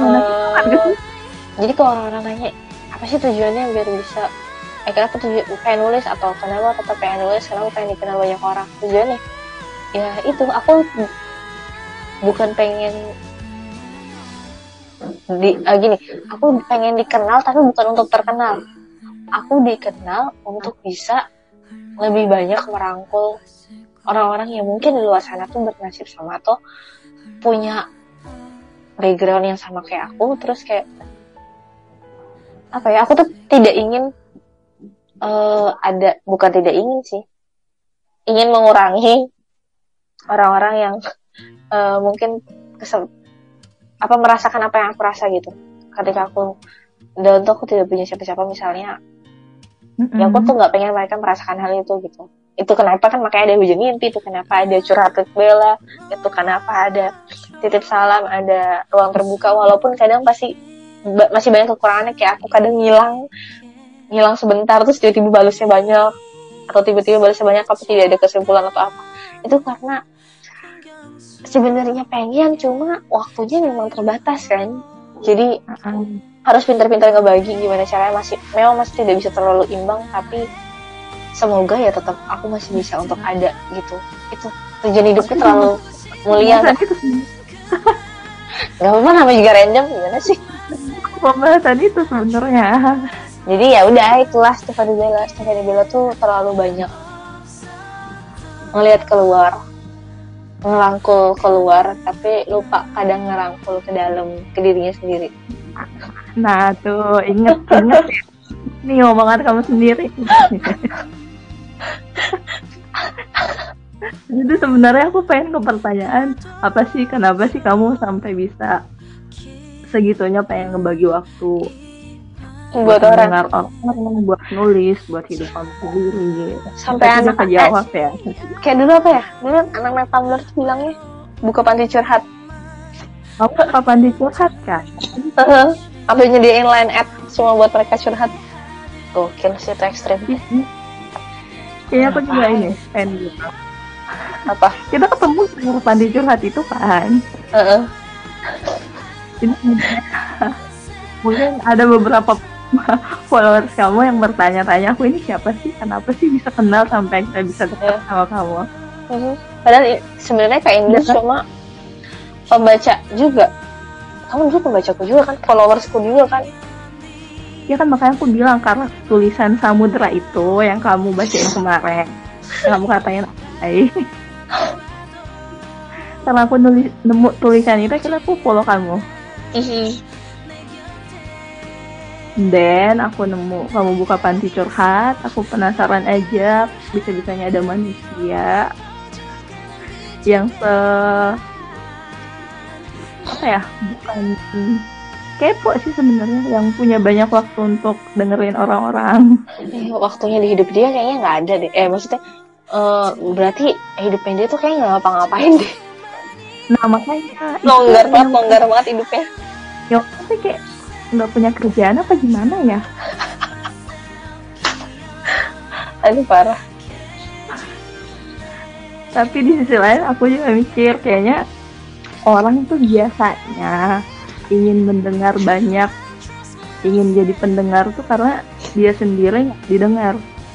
jadi kalau orang nanya apa sih tujuannya biar bisa kenapa pengen nulis, atau kenapa tetap pengen nulis, kenapa pengen dikenal banyak orang, tujuannya ya itu, aku bukan pengen gini, aku pengen dikenal tapi bukan untuk terkenal. Aku dikenal untuk bisa lebih banyak merangkul orang-orang yang mungkin di luar sana tuh bernasib sama atau punya background yang sama kayak aku. Terus kayak apa ya, aku tuh tidak ingin ingin mengurangi orang-orang yang mungkin merasakan apa yang aku rasa gitu. Ketika aku aku tidak punya siapa-siapa misalnya, ya aku tuh nggak pengen mereka merasakan hal itu gitu. Itu kenapa kan makanya ada hujan mimpi, itu kenapa ada curhat Bella, itu kenapa ada titip salam, ada ruang terbuka, walaupun kadang pasti masih banyak kekurangannya, kayak aku kadang ngilang sebentar terus tiba-tiba balasnya banyak, atau tiba-tiba balasnya banyak tapi tidak ada kesimpulan atau apa. Itu karena sebenarnya pengen, cuma waktunya memang terbatas kan. Jadi harus pintar-pintar ngebagi gimana caranya, memang masih tidak bisa terlalu imbang, tapi semoga ya tetap aku masih bisa untuk ada gitu. Itu tujuan hidupnya terlalu mulia. Gak apa-apa, namanya juga random, gimana sih pembahasan itu sebenarnya. Jadi ya udah, itulah Stephanie Bella tuh terlalu banyak ngelihat keluar, ngerangkul keluar, tapi lupa kadang ngerangkul ke dalam, ke dirinya sendiri. Nah tuh, inget ya. Ini omongan kamu sendiri. Jadi sebenarnya aku pengen ke pertanyaan, kenapa sih kamu sampai bisa segitunya pengen ngebagi waktu buat orang mendengar orang, buat nulis, buat hidup kamu sendiri. sampai Tapi udah anak kejawab ya. kayak dulu apa ya, dulu anak-anak Tumblr tuh bilangnya buka panti curhat. Kamu kapan dicurhat kan? Sampai nyediain line app semua buat mereka curhat. Gokil sih, itu ekstrim. Kayaknya aku juga ini pengen gitu. Apa? Kita ketemu di panti curhat itu kan. Ini mungkin ada beberapa followers kamu yang bertanya-tanya, aku ini siapa sih? Kenapa sih bisa kenal sampai kita bisa dekat sama kamu? Padahal sebenarnya kayak Inggris cuma pembaca juga. Kamu juga pembacaku juga kan, followersku juga kan. Ya kan, makanya aku bilang karena tulisan Samudra itu yang kamu bacain kemarin, kamu katain karena aku nemu tulisan itu, akhirnya aku follow kamu. Dan aku nemu kamu buka panti curhat, aku penasaran aja, bisa-bisanya ada manusia yang apa ya, bukan kepo sih sebenarnya, yang punya banyak waktu untuk dengerin orang-orang. Waktunya di hidup dia kayaknya nggak ada deh. Maksudnya berarti hidupnya dia tuh kayaknya nggak ngapa-ngapain deh. Nah makanya longgar banget hidupnya. Ya tapi kayak nggak punya kerjaan apa gimana ya? Aduh parah. Tapi di sisi lain aku juga mikir kayaknya orang tuh biasanya ingin mendengar banyak, ingin jadi pendengar tuh karena dia sendiri nggak didengar.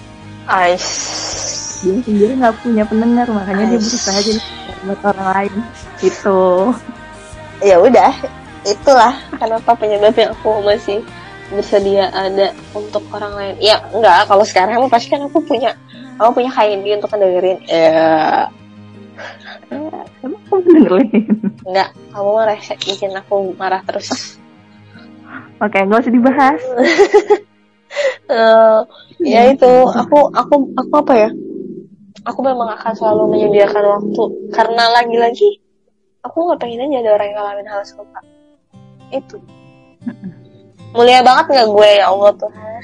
Dia sendiri nggak punya pendengar, makanya dia berusaha jadi buat orang lain. Gitu. Ya udah, itulah kenapa penyebabnya aku masih bersedia ada untuk orang lain. Ya enggak, kalau sekarang pasti kan aku punya kain dia untuk dengerin. Emang kamu dengerin? Enggak, kamu mah rese, bikin aku marah terus. Oke, nggak usah dibahas. Ya itu, aku apa ya? Aku memang akan selalu menyediakan waktu karena lagi-lagi aku nggak pengen aja ada orang yang ngalamin hal serupa. Itu mulia banget nggak gue, ya Allah Tuhan.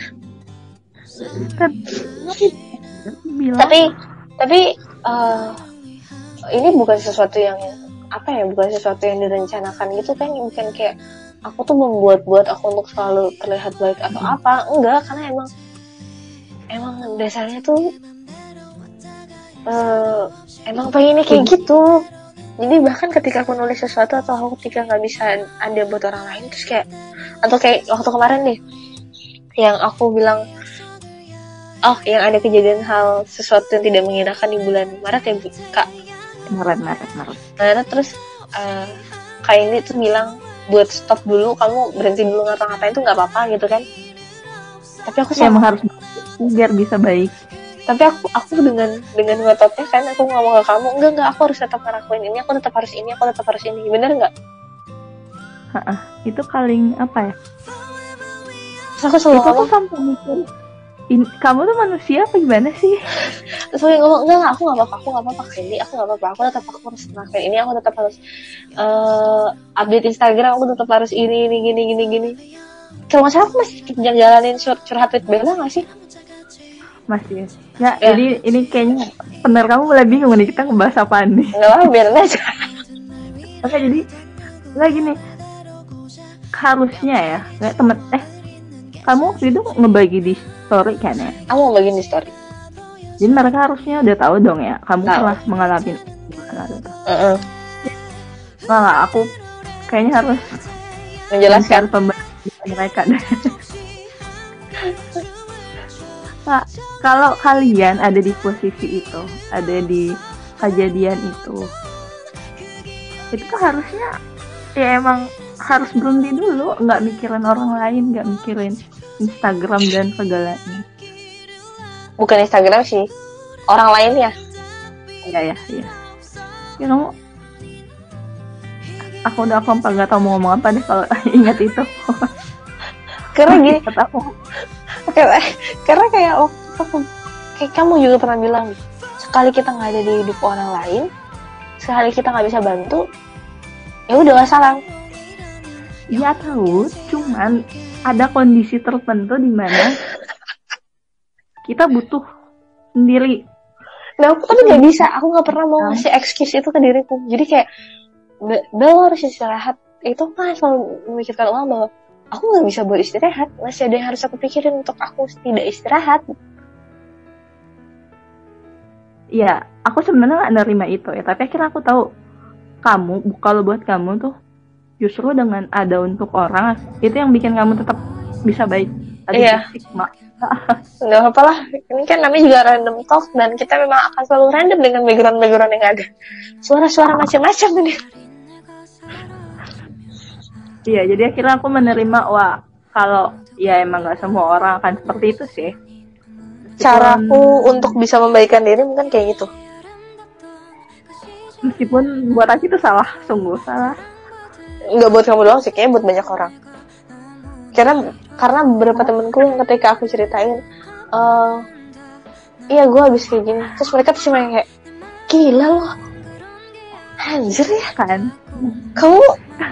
Tapi ini bukan sesuatu yang bukan sesuatu yang direncanakan gitu kan, bukan kayak aku tuh membuat aku untuk selalu terlihat baik atau apa, enggak, karena emang dasarnya tuh emang pengennya kayak gitu. Jadi bahkan ketika aku nulis sesuatu atau aku ketika nggak bisa ada buat orang lain, terus kayak waktu kemarin deh yang aku bilang yang ada kejadian hal sesuatu yang tidak mengenakan di bulan Maret ya Kak. Maret. Terus Kak ini tuh bilang buat stop dulu, kamu berhenti dulu ngapa-ngapain tuh nggak apa-apa gitu kan. Tapi aku emang harus biar bisa baik. Tapi aku dengan ngototnya kan aku ngomong ke kamu, enggak aku harus tetap ngelakuin ini, aku tetap harus ini, bener nggak? Itu paling apa ya? Terus aku selalu ngomong, sampai mikir kamu tuh manusia apa gimana sih? Terus aku ngomong, enggak aku nggak apa-apa Candy, aku nggak apa-apa, aku harus ngelakuin ini, aku tetap harus update Instagram, aku tetap harus ini gini. Kalau nggak salah aku masih jalanin curhat with Bella nggak sih? Masih ya. Jadi ini kayaknya benar, kamu mulai bingung nih kita ngebahas apaan nih. Nggak apa, biarin aja. Oke, jadi lagi nih harusnya ya nggak kamu waktu itu ngebagi di story kan ya? Aku mau bagi di story. Jadi mereka harusnya udah tahu dong ya kamu telah mengalami Nggak, aku kayaknya harus menjelaskan mereka deh. Nah, kalau kalian ada di posisi itu, ada di kejadian itu kan harusnya ya emang harus berhenti dulu, nggak mikirin orang lain, nggak mikirin Instagram dan segalanya. Bukan Instagram sih, orang lain ya. Iya. Ya kamu, aku nggak tahu mau ngomong apa deh kalau ingat itu. Karena gini, karena kayak kayak kamu juga pernah bilang, sekali kita nggak ada di hidup orang lain, sekali kita nggak bisa bantu, ya udah wassalam. Iya tahu, cuman ada kondisi tertentu di mana kita butuh sendiri. Nah aku tapi nggak bisa, aku nggak pernah mau ngasih excuse itu ke diriku. Jadi kayak Bel harus istirahat, itu kan selalu memikirkan ulang bahwa aku nggak bisa buat istirahat, masih ada yang harus aku pikirin untuk aku tidak istirahat. Ya, aku sebenarnya nggak nerima itu ya, tapi akhirnya aku tahu kamu, kalau buat kamu tuh justru dengan ada untuk orang itu yang bikin kamu tetap bisa baik. Iya. Nggak apalah, ini kan namanya juga random talk dan kita memang akan selalu random dengan background yang ada. Suara-suara macam-macam ini. Iya, jadi akhirnya aku menerima, wah kalau ya emang nggak semua orang akan seperti itu sih. Caraku untuk bisa membaikkan diri mungkin kayak gitu. Meskipun buat aku itu salah, sungguh salah. Nggak buat kamu doang sih, kayaknya buat banyak orang. Karena beberapa temenku yang ketika aku ceritain, iya gue habis kayak gini, terus mereka tuh cuma kayak, gila loh, anjir ya kan, kamu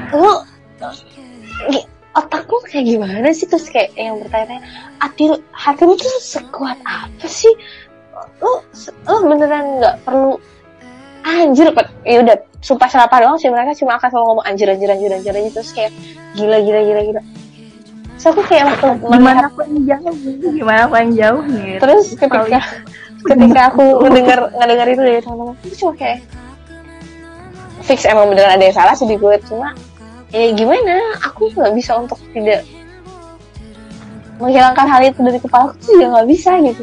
otakmu kayak gimana sih? Terus kayak yang bertanya, hatimu tuh sekuat apa sih? Lo beneran nggak perlu anjir, ya udah sumpah serapah doang sih, mereka cuma akan selalu ngomong anjir terus kayak gila. So aku kayak gimana aku yang jauh nih. Terus ketika aku ngedengar itu dari teman-teman, aku cuma kayak fix emang beneran ada yang salah sih di gue, cuma ya gimana, aku nggak bisa untuk tidak menghilangkan hal itu dari kepala aku, juga nggak bisa gitu.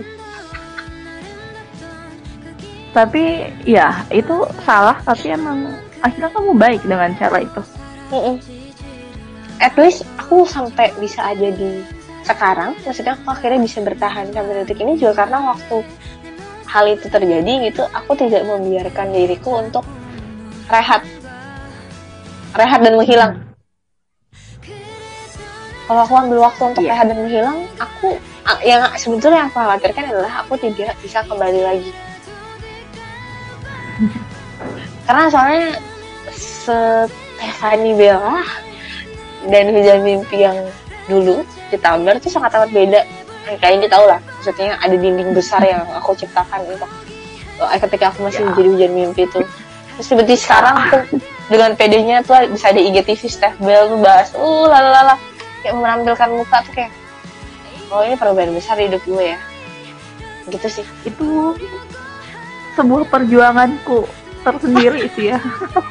Tapi ya itu salah, tapi emang akhirnya kamu baik dengan cara itu. At least aku sampai bisa aja di sekarang, maksudnya aku akhirnya bisa bertahan sampai detik ini juga karena waktu hal itu terjadi gitu, aku tidak membiarkan diriku untuk rehat dan menghilang. Kalau aku ambil waktu untuk rehat dan menghilang, aku yang sebetulnya yang aku khawatirkan adalah aku tidak bisa kembali lagi. Karena soalnya Stephanie Bella dan Hujan Mimpi yang dulu di Tumblr itu sangat amat beda. Kayaknya tau lah, maksudnya ada dinding besar yang aku ciptakan untuk ketika aku masih menjadi Hujan Mimpi itu. Terus tiba-tiba sekarang aku dengan PD-nya tuh bisa ada IGTV Steph Bell tuh bahas lalala, kayak menampilkan muka tuh kayak, oh ini perubahan besar di hidup gue ya, gitu sih. Itu sebuah perjuanganku tersendiri sih ya.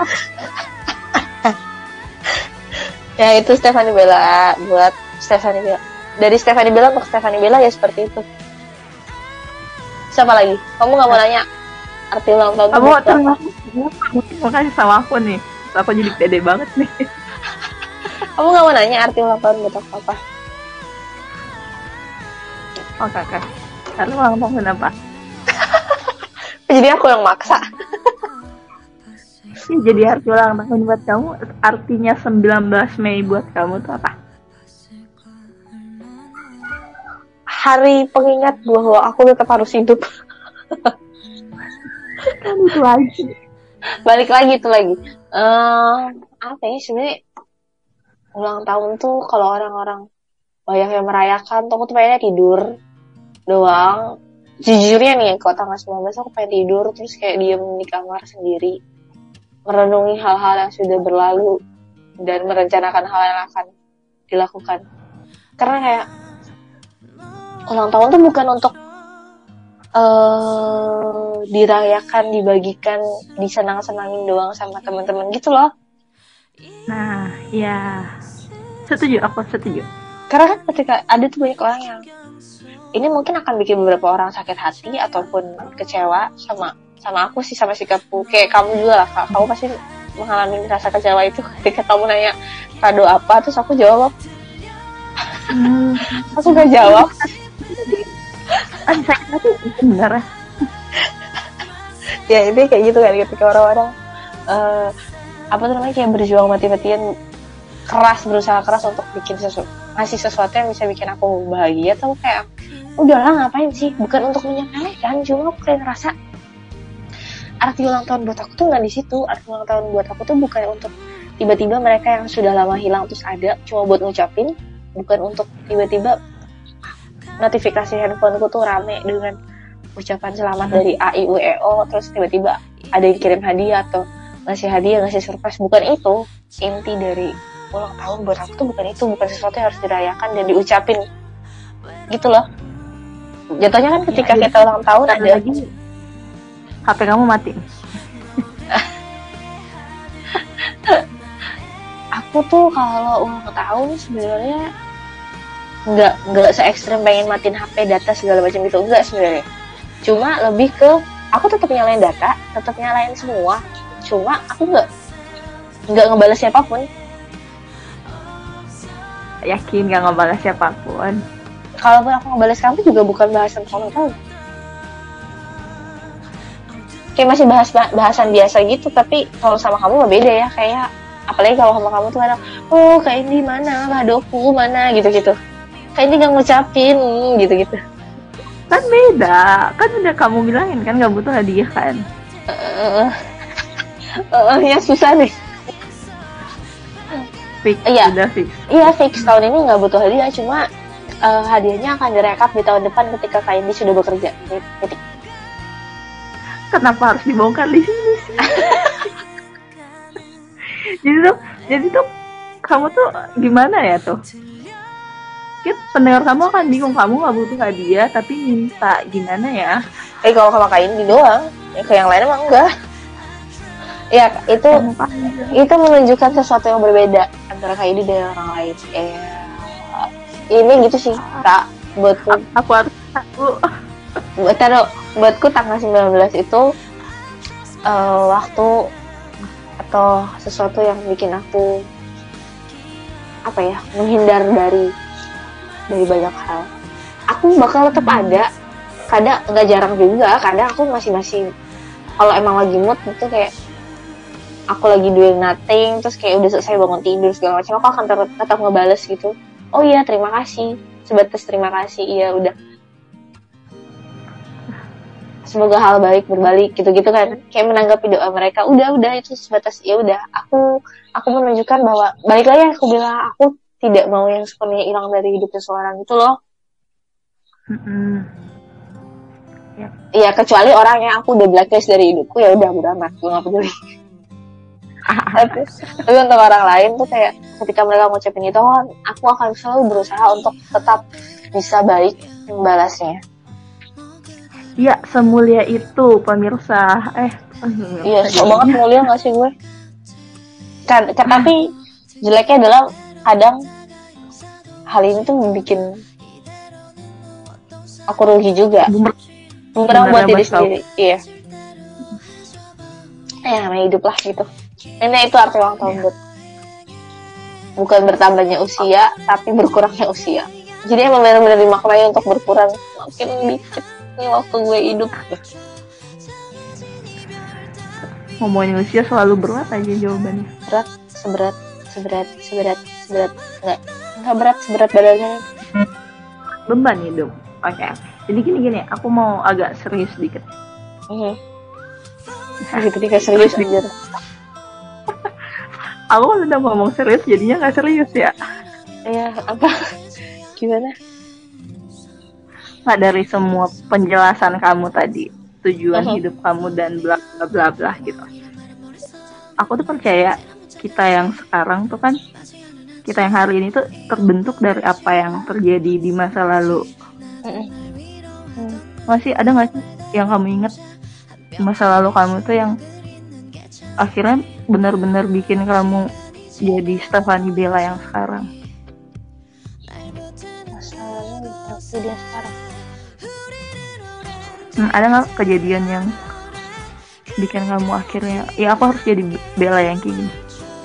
Ya itu Stephanie Bella, buat Stephanie Bella, dari Stephanie Bella untuk Stephanie Bella ya seperti itu. Siapa lagi? Kamu nggak mau nanya arti ulang tahun? Kamu makasih sama aku nih, aku jadi pede banget nih. Kamu nggak mau nanya arti ulang tahun buat aku apa? Oh kakak, lalu ulang tahun apa? Jadi aku yang maksa. Ya, jadi arti ulang tahun buat kamu, artinya 19 Mei buat kamu tuh apa? Hari pengingat bahwa aku tetap harus hidup. Kan itu lagi. Balik lagi itu lagi. Apa ya sebenarnya ulang tahun tuh kalau orang-orang banyak yang merayakan, tuh aku tuh pengennya tidur doang. Jujurnya nih, kalau tanggal 19 aku pengen tidur terus kayak diem di kamar sendiri, merenungi hal-hal yang sudah berlalu dan merencanakan hal yang akan dilakukan. Karena kayak ulang tahun tuh bukan untuk dirayakan, dibagikan, disenang-senangin doang sama teman-teman gitu loh. Nah, ya setuju, aku setuju. Karena kan ketika ada tuh banyak orang yang ini mungkin akan bikin beberapa orang sakit hati ataupun kecewa sama aku sih, sama sikapku. Kayak kamu juga lah, kamu pasti mengalami rasa kecewa itu ketika kamu nanya kado apa, terus aku jawab aku gak jawab. Sakit hati bener. Ya itu kayak gitu kan, ketika orang-orang apa tuh namanya, kayak berjuang mati-matian keras, berusaha keras untuk bikin ngasih sesuatu yang bisa bikin aku bahagia, tuh kayak udahlah ngapain sih, bukan untuk menyepelekan, cuma aku kayak ngerasa arti ulang tahun buat aku tuh nggak di situ. Arti ulang tahun buat aku tuh bukan untuk tiba-tiba mereka yang sudah lama hilang terus ada cuma buat ngucapin, bukan untuk tiba-tiba notifikasi handphoneku tuh rame dengan ucapan selamat dari A I U E O, terus tiba-tiba ada yang kirim hadiah atau ngasih hadiah, ngasih surprise. Bukan itu inti dari ulang tahun buat aku tuh, bukan itu, bukan sesuatu yang harus dirayakan dan diucapin gitu loh. Jatuhnya kan ketika kita ulang tahun ada lagi HP kamu mati. Aku tuh kalau ulang tahun sebenarnya nggak se ekstrem pengen matiin HP, data segala macam gitu, enggak sebenarnya. Cuma lebih ke aku tetap nyalain data, tetap nyalain semua, cuma aku nggak ngebalas siapapun. Yakin gak ngebalas siapapun? Kalaupun aku ngebalas kamu juga bukan bahasan ulang tahun, kayak masih bahasan biasa gitu. Tapi kalau sama kamu mah beda ya, kayak apalagi kalau sama kamu tuh kadang, oh Kak Indi mana, kadoku mana, gitu-gitu. Kak Indi gak ngucapin, gitu-gitu. Kan beda, kan udah kamu bilangin kan gak butuh hadiah kan. Ya susah nih. Fix, iya. Udah fix. Iya fix, tahun ini gak butuh hadiah, cuma hadiahnya akan direkap di tahun depan ketika Kak Indi sudah bekerja. Titik. Kenapa harus dibongkar di sini sih? jadi tuh kamu tuh gimana ya tuh? Pendengar kamu akan bingung, kamu gak butuh hadiah tapi minta, gimana ya? Kalau sama Kak Indi doang, ya ke yang lain emang enggak. Ya itu menunjukkan sesuatu yang berbeda antara Kak Indi dan orang lain. Ini gitu sih Kak, buatku. Aku harus tahu. Buatku tanggal 19 itu waktu atau sesuatu yang bikin aku menghindar dari banyak hal. Aku bakal tetap ada, kadang nggak jarang juga, kadang aku masih kalau emang lagi mood gitu, kayak aku lagi doing nothing, terus kayak udah selesai bangun tidur segala macam, aku akan tetap ngebales gitu. Oh iya terima kasih, sebatas terima kasih, iya udah, semoga hal baik berbalik gitu-gitu kan, kayak menanggapi doa mereka. Udah itu sebatas ya udah, aku menunjukkan bahwa balik lagi aku bilang aku tidak mau yang sepenuhnya hilang dari hidup seseorang gitu loh. Iya, kecuali orang yang aku udah blacklist dari hidupku, ya udah amat, gue nggak peduli. tapi untuk orang lain tuh kayak ketika mereka ngucapin itu, aku akan selalu berusaha untuk tetap bisa baik membalasnya. Iya, semulia itu pemirsa. Iya, sok banget mulia nggak sih gue? Tapi jeleknya adalah kadang hal ini tuh bikin aku rugi juga. Bumerang buat diri sendiri. Iya. Namanya hidup lah gitu. Ini itu arti ulang tahun buat. Bukan bertambahnya usia, tapi berkurangnya usia. Jadi emang benar-benar dimaknai untuk berkurang makin dikit nih waktu gue hidup. Ngomongin usia selalu berat aja jawabannya. Berat, seberat. Enggak berat, seberat badannya. Beban hidup. Oke. Jadi gini, aku mau agak serius dikit. Ketika serius aja. Aku kan udah ngomong serius, jadinya nggak serius ya. Iya, apa? Gimana? Nggak, dari semua penjelasan kamu tadi, tujuan hidup kamu dan bla bla bla bla gitu. Aku tuh percaya kita yang sekarang tuh kan, kita yang hari ini tuh terbentuk dari apa yang terjadi di masa lalu. Masih ada nggak sih yang kamu ingat masa lalu kamu tuh yang akhirnya benar-benar bikin kamu jadi Stephanie Bella yang sekarang? Masa lalu aku dia sekarang. Ada nggak kejadian yang bikin kamu akhirnya, ya aku harus jadi Bella yang kayak gini?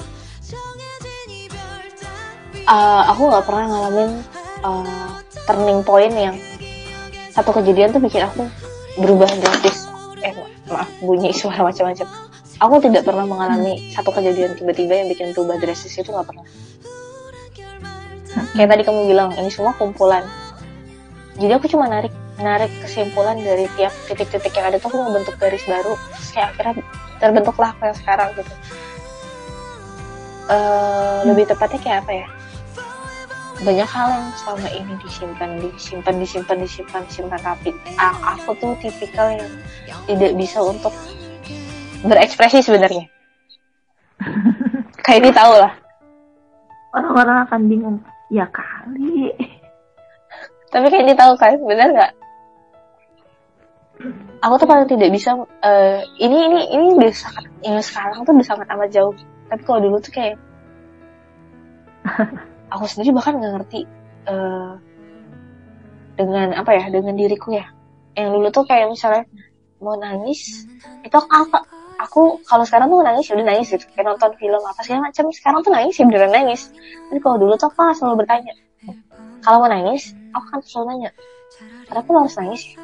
Aku nggak pernah ngalamin turning point yang satu kejadian tuh bikin aku berubah drastis. Maaf bunyi suara macam-macam. Aku tidak pernah mengalami satu kejadian tiba-tiba yang bikin berubah drastis, itu nggak pernah. Kayak tadi kamu bilang ini semua kumpulan. Jadi aku cuma narik kesimpulan dari tiap titik-titik yang ada tuh, aku membentuk garis baru, terus kayak akhirnya terbentuklah aku yang sekarang gitu. Lebih tepatnya kayak apa ya? banyak hal yang selama ini disimpan rapi. Aku tuh tipikal yang tidak bisa untuk berekspresi sebenarnya. Kayak ini tahu lah. Orang-orang akan bingung. Ya kali. Tapi kayak ini tahu kan, benar nggak? Aku tuh paling tidak bisa. Ini udah sangat, yang sekarang tuh udah sangat amat jauh. Tapi kalau dulu tuh kayak aku sendiri bahkan nggak ngerti dengan apa ya, dengan diriku ya. Yang dulu tuh kayak misalnya mau nangis, itu aku kalau sekarang tuh nangis ya udah nangis gitu, kayak nonton film apa segala macam. Sekarang tuh nangis ya beneran nangis. Tapi kalau dulu tuh aku selalu bertanya, kalau mau nangis aku kan selalu nanya, kenapa lo harus nangis ya?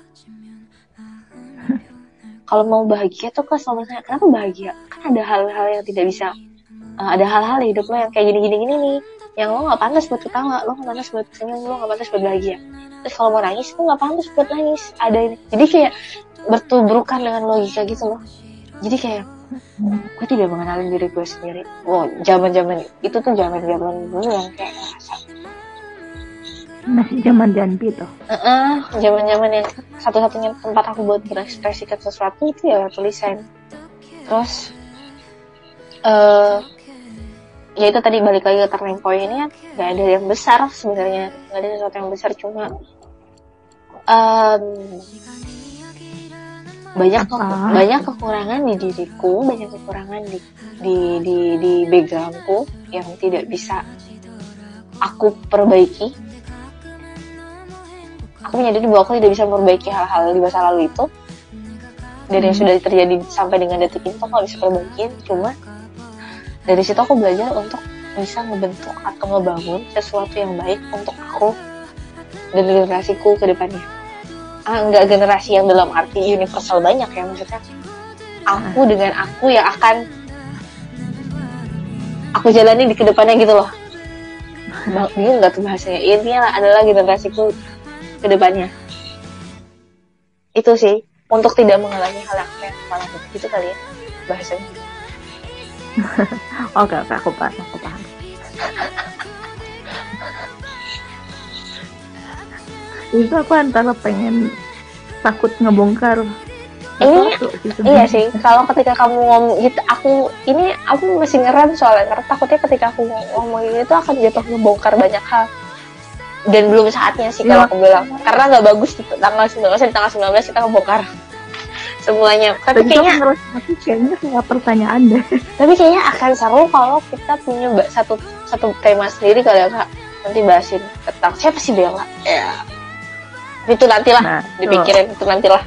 Kalau mau bahagia tuh kan selalu bertanya, kenapa bahagia? Kan ada hal-hal yang tidak bisa, ada hal-hal di hidup lo yang kayak gini nih, yang lo nggak pantas buat ketawa, lo nggak pantas buat senyum, lo nggak pantas buat bahagia. Terus kalau mau nangis, lo nggak pantas buat nangis. Ada ini, jadi kayak bertubrukan dengan logika gitu loh. Jadi kayak gue tidak mengenali diri gue sendiri. Wow, zaman itu tuh zaman dulu yang kayak ngerasa masih zaman Janpi tuh. Zaman yang satu-satunya tempat aku buat berekspresikan sesuatu itu ya tulisan. Terus ya itu tadi balik lagi ke turning point ini kan, nggak ada yang besar sebenarnya, nggak ada sesuatu yang besar, cuma banyak kekurangan di diriku, banyak kekurangan di backgroundku yang tidak bisa aku perbaiki. Aku menyadari bahwa aku tidak bisa memperbaiki hal-hal di masa lalu itu, dan yang sudah terjadi sampai dengan detik ini aku nggak bisa perbaikin. Cuma dari situ aku belajar untuk bisa ngebentuk atau ngebangun sesuatu yang baik untuk aku dan generasiku ke depannya. Enggak generasi yang dalam arti universal banyak ya, maksudnya aku dengan aku yang akan aku jalani di kedepannya gitu loh. Bingung nggak tuh bahasanya? Intinya adalah generasiku ke depannya. Itu sih, untuk tidak mengalami hal yang kayak malah gitu kali ya bahasanya. Oke, aku paham. Itu aku antara pengen takut ngebongkar. Iya sih, kalau ketika kamu ngomong gitu, aku masih ngerem soalnya, karena takutnya ketika aku ngomong gitu akan jatuh ngebongkar banyak hal. Dan belum saatnya sih kalau aku bilang, karena nggak bagus tanggal 19 kita ngebongkar semuanya. Tapi kayaknya nggak pertanyaan deh. Tapi kayaknya akan seru kalau kita punya satu tema sendiri kali ya Kak. Nanti bahasin tentang siapa sih Bella. Ya. Itu nantilah dipikirin, itu nantilah.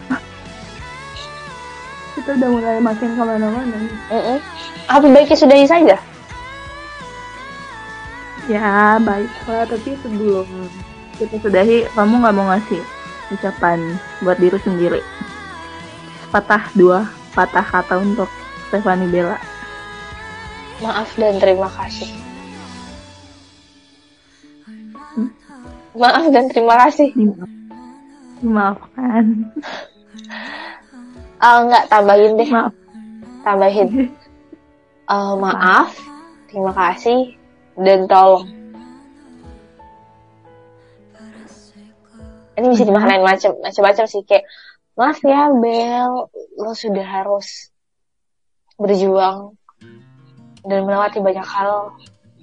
Kita udah mulai makin kemana-mana. Apa baiknya sudahi saja? Ya baiklah, tapi sebelum kita sudahi, kamu nggak mau ngasih ucapan buat diri sendiri? Dua patah kata untuk Stephanie Bella. Maaf dan terima kasih. Maaf dan terima kasih. Dimaafkan. Enggak, tambahin deh. Maaf. Tambahin. Maaf, terima kasih, dan tolong. Ini bisa dimaknain macam-macam sih, kayak maaf ya Bel, lo sudah harus berjuang dan melewati banyak hal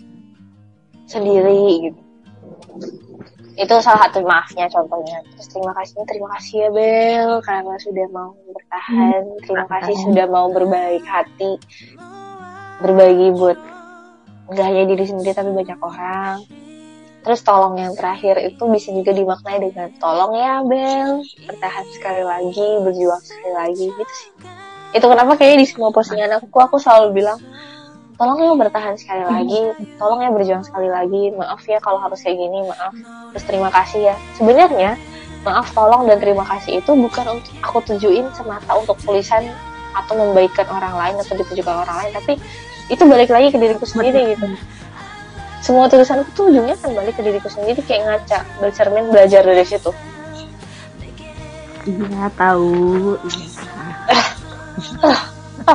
sendiri gitu. Itu salah satu maafnya contohnya. Terus terima kasih ya Bel, karena sudah mau bertahan. Terima kasih sudah mau berbaik hati, berbagi buat nggak hanya diri sendiri tapi banyak orang. Terus tolong yang terakhir itu bisa juga dimaknai dengan tolong ya Bel, bertahan sekali lagi, berjuang sekali lagi gitu sih. Itu kenapa kayaknya di semua postingan aku selalu bilang tolong ya bertahan sekali lagi, tolong ya berjuang sekali lagi, maaf ya kalau harus kayak gini, maaf. Terus terima kasih ya. Sebenarnya maaf, tolong, dan terima kasih itu bukan untuk aku tujuin semata untuk tulisan atau membaikkan orang lain atau ditujukan orang lain, tapi itu balik lagi ke diriku sendiri gitu. Semua tulisanku tuh ujungnya kan balik ke diriku sendiri, kayak ngaca, bercermin, belajar dari situ. Iya, tahu.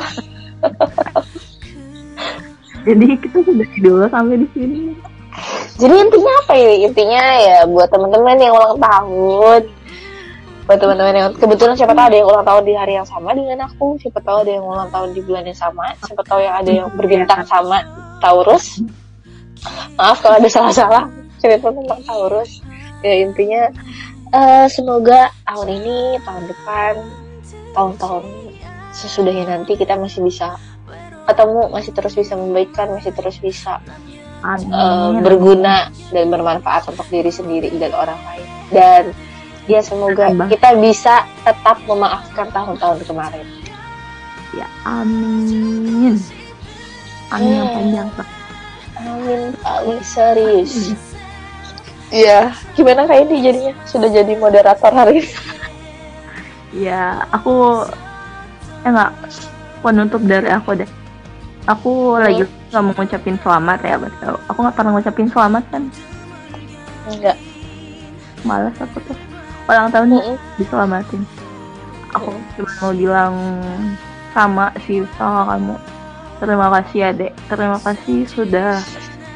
Jadi kita sudah dulu sampai di sini. Jadi intinya apa ya? Intinya ya buat teman-teman yang ulang tahun, buat teman-teman yang kebetulan siapa tahu ada yang ulang tahun di hari yang sama dengan aku, siapa tahu ada yang ulang tahun di bulan yang sama, siapa tahu yang ada yang berbintang sama Taurus. Maaf kalau ada salah-salah cerita tentang Taurus. Ya intinya semoga tahun ini, tahun depan, tahun-tahun sesudahnya nanti kita masih bisa ketemu, masih terus bisa membaikkan, masih terus bisa berguna dan bermanfaat untuk diri sendiri dan orang lain. Dan ya semoga kita bisa tetap memaafkan tahun-tahun kemarin. Ya amin. Amin yang panjang Pak. Amin paling serius. Ya, gimana kayak ini jadinya? Sudah jadi moderator hari ini. Ya, aku enggak penutup dari aku deh. Aku lagi nggak mau ngucapin selamat ya, betul. Aku nggak pernah ngucapin selamat kan? Enggak. Malas aku tuh. Ulang tahun diselamatin. Aku cuma mau bilang sama sih sama kamu. Terima kasih adek. Terima kasih sudah.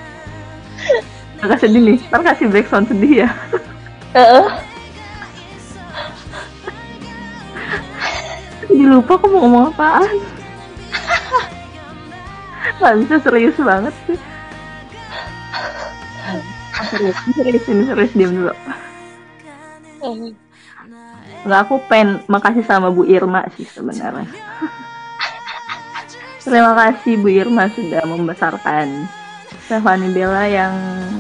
Agak sedih nih. Ntar kasih background sedih ya. Jadi lupa aku mau ngomong apaan. Gak bisa serius banget sih. Serius diam dulu. Enggak, aku pengen makasih sama Bu Irma sih sebenarnya. Terima kasih Bu Irma sudah membesarkan Stephanie Bella yang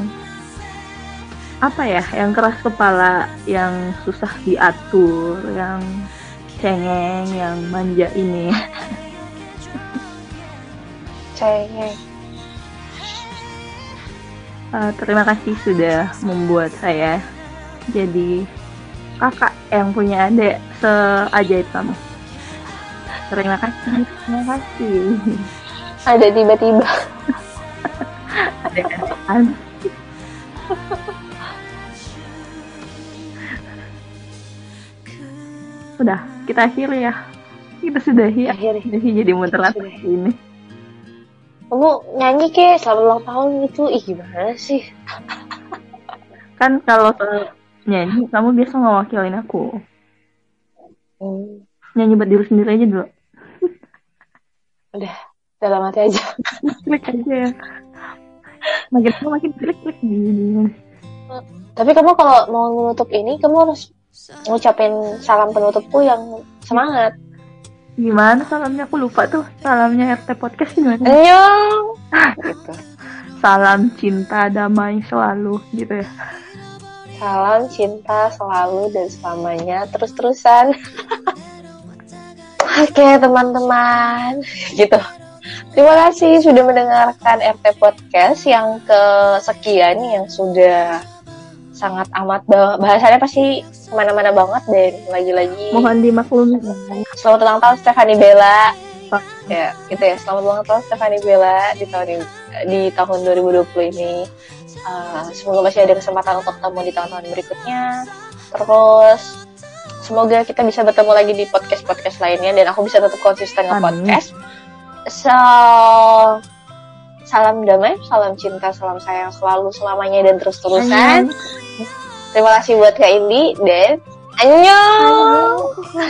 apa ya, yang keras kepala, yang susah diatur, yang cengeng, yang manja ini. Terima kasih sudah membuat saya jadi kakak yang punya adik seajaib kamu. Terima kasih. Ada tiba-tiba. Ada kan? Sudah, kita akhiri ya. Kita sudahi. Jadi muteran ini. Kamu nyanyi ke selamat ulang tahun gitu, gimana sih? Kan kalau nyanyi kamu biasa ngewakilin aku. Nyanyi buat diri sendiri aja dulu. Udah dalam hati aja. Klik aja ya. Makin klik gini. Tapi kamu kalau mau menutup ini, kamu harus ngucapin salam penutupku yang semangat. Gimana salamnya? Aku lupa tuh. Salamnya RT Podcast gimana? Annyeong! Gitu. Salam cinta damai selalu gitu ya. Salam cinta selalu dan selamanya terus-terusan. Oke teman-teman, gitu. Terima kasih sudah mendengarkan RT Podcast yang kesekian, yang sudah sangat amat bahasanya pasti kemana-mana banget, dan lagi-lagi mohon dimaklumi. Selamat ulang tahun Stephanie Bella. Ya, gitu ya. Selamat ulang tahun Stephanie Bella di tahun 2020 ini. Semoga masih ada kesempatan untuk ketemu di tahun-tahun berikutnya. Terus semoga kita bisa bertemu lagi di podcast lainnya, dan aku bisa tetap konsisten nge-podcast. Salam damai, salam cinta, salam sayang selalu, selamanya dan terus-terusan. Terima kasih buat Kak Indi, dan annyeong.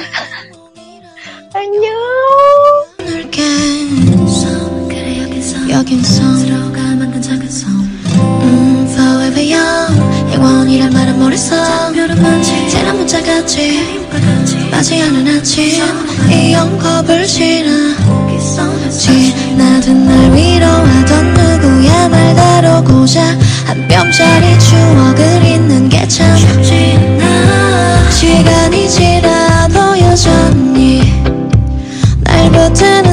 Forever young, 영원이란 말은 모르겠어. 지난 문자같이 빠지 않은 아침, 이 영겁을 지나든 날 위로하던 누구야 날 다루고자 한 뼘짜리 추억을 잊는 게 참 쉽지 않아. 시간이 지나도 여전히 날 붙은